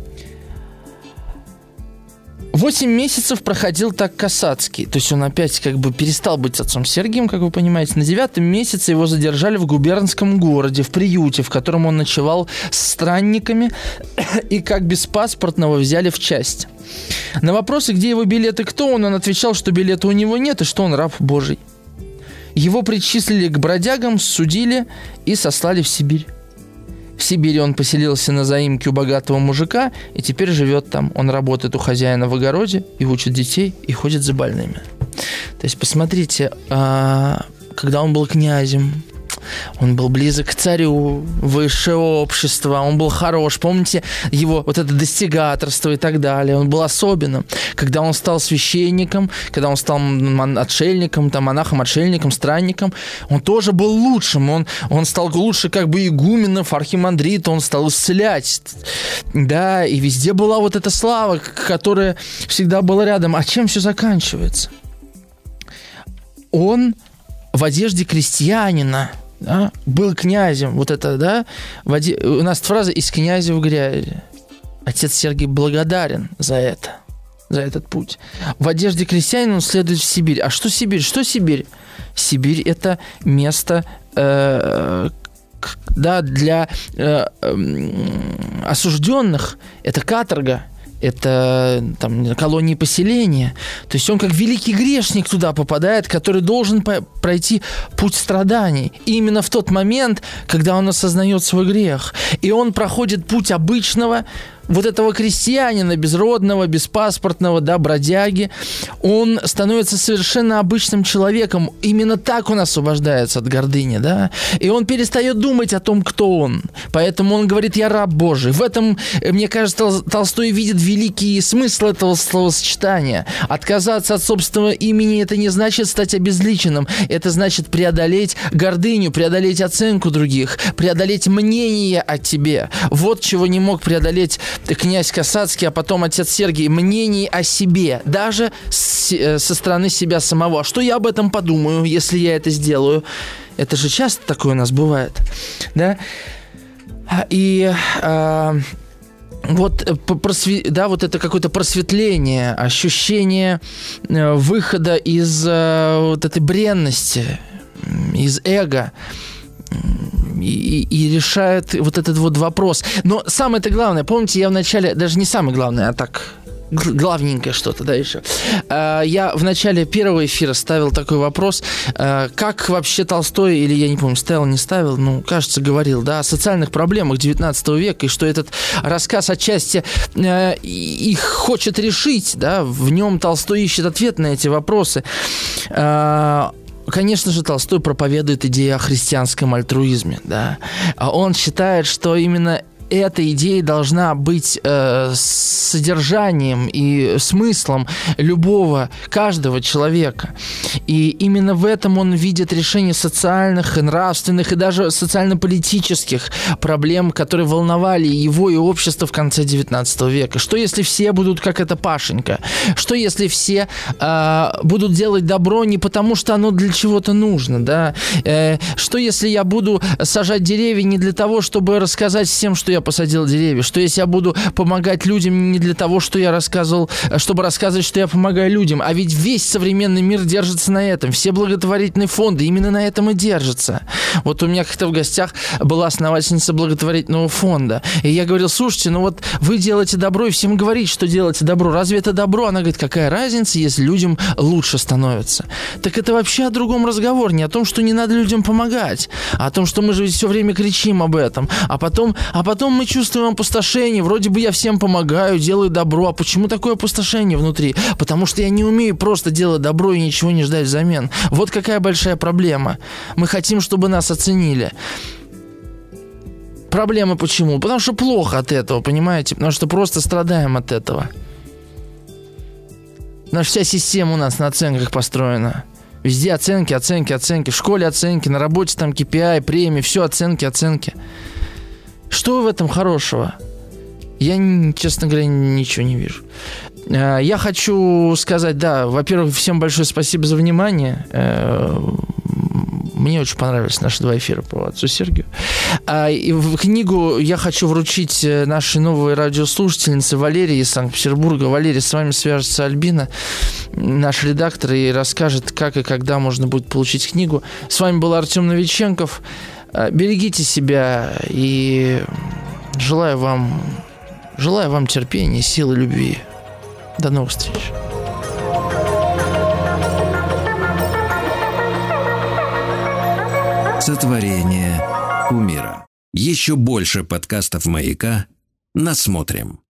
Восемь месяцев проходил так Касацкий. То есть он опять как бы перестал быть отцом Сергием, как вы понимаете. На девятом месяце его задержали в губернском городе, в приюте, в котором он ночевал с странниками, и как беспаспортного взяли в часть. На вопросы, где его билет и кто он, он отвечал, что билета у него нет и что он раб Божий. Его причислили к бродягам, судили и сослали в Сибирь. В Сибири он поселился на заимке у богатого мужика и теперь живет там. Он работает у хозяина в огороде и учит детей, и ходит за больными. То есть, посмотрите, когда он был князем, он был близок к царю, высшее общество, он был хорош. Помните его вот это достигаторство и так далее. Он был особенным. Когда он стал священником, когда он стал отшельником, там, монахом, отшельником, странником, он тоже был лучшим. Он, он стал лучше как бы игуменов, архимандрита, он стал исцелять. Да, и везде была вот эта слава, которая всегда была рядом. А чем все заканчивается? он в одежде крестьянина, да, был князем. Вот это, да, в оде... у нас фраза «из князя в грязи». Отец Сергий благодарен за это, за этот путь. В одежде крестьянина он следует в Сибирь. А что Сибирь? Что Сибирь? Сибирь – это место, э, да, для э, э, осужденных. Это каторга. Это там, колонии поселения. То есть он как великий грешник туда попадает, который должен по- пройти путь страданий. И именно в тот момент, когда он осознает свой грех. И он проходит путь обычного вот этого крестьянина, безродного, беспаспортного, да, бродяги. Он становится совершенно обычным человеком. Именно так он освобождается от гордыни, да. И он перестает думать о том, кто он. Поэтому он говорит: «Я раб Божий». В этом, мне кажется, Тол- Толстой видит великий смысл этого словосочетания. Отказаться от собственного имени – это не значит стать обезличенным. Это значит преодолеть гордыню, преодолеть оценку других, преодолеть мнение о тебе. Вот чего не мог преодолеть князь Касацкий, а потом отец Сергий. Мнение о себе, даже с, со стороны себя самого. А что я об этом подумаю, если я это сделаю? Это же часто такое у нас бывает, да? И а, вот, просве... да, вот это какое-то просветление, ощущение выхода из вот этой бренности, из эго. И, и решает вот этот вот вопрос. Но самое-то главное, помните, я вначале, даже не самое главное, а так, главненькое что-то, да, еще. Я в начале первого эфира ставил такой вопрос, как вообще Толстой, или я не помню, ставил, не ставил, ну, кажется, говорил, да, о социальных проблемах девятнадцатого века, и что этот рассказ отчасти их хочет решить, да, в нем Толстой ищет ответ на эти вопросы. Конечно же, Толстой проповедует идею о христианском альтруизме, да. Он считает, что именно эта идея должна быть э, содержанием и смыслом любого, каждого человека. И именно в этом он видит решение социальных и нравственных, и даже социально-политических проблем, которые волновали его и общество в конце девятнадцатого века. Что если все будут как эта Пашенька? Что если все э, будут делать добро не потому, что оно для чего-то нужно, да? Э, что если я буду сажать деревья не для того, чтобы рассказать всем, что я я посадил деревья, что если я буду помогать людям не для того, что я рассказывал, чтобы рассказывать, что я помогаю людям, а ведь весь современный мир держится на этом, все благотворительные фонды именно на этом и держатся. Вот у меня как-то в гостях была основательница благотворительного фонда, и я говорил: слушайте, ну вот вы делаете добро, и всем говорите, что делаете добро, разве это добро? Она говорит: какая разница, если людям лучше становится? Так это вообще о другом разговор, не о том, что не надо людям помогать, а о том, что мы же все время кричим об этом, а потом, а потом мы чувствуем опустошение. Вроде бы я всем помогаю, делаю добро. А почему такое опустошение внутри? Потому что я не умею просто делать добро и ничего не ждать взамен. Вот какая большая проблема. Мы хотим, чтобы нас оценили. Проблема почему? Потому что плохо от этого, понимаете? Потому что просто страдаем от этого. Наша вся система у нас на оценках построена. Везде оценки, оценки, оценки. В школе оценки, на работе там кей пи ай, премии, все оценки, оценки. Что в этом хорошего? Я, честно говоря, ничего не вижу. Я хочу сказать, да, во-первых, всем большое спасибо за внимание. Мне очень понравились наши два эфира по отцу Сергию. И в книгу я хочу вручить нашей новой радиослушательнице Валерии из Санкт-Петербурга. Валерия, с вами свяжется Альбина, наш редактор, и расскажет, как и когда можно будет получить книгу. С вами был Артем Новиченков. Берегите себя и желаю вам, желаю вам терпения, силы, любви. До новых встреч. Сотворение умира. Еще больше подкастов «Маяка» насмотрим.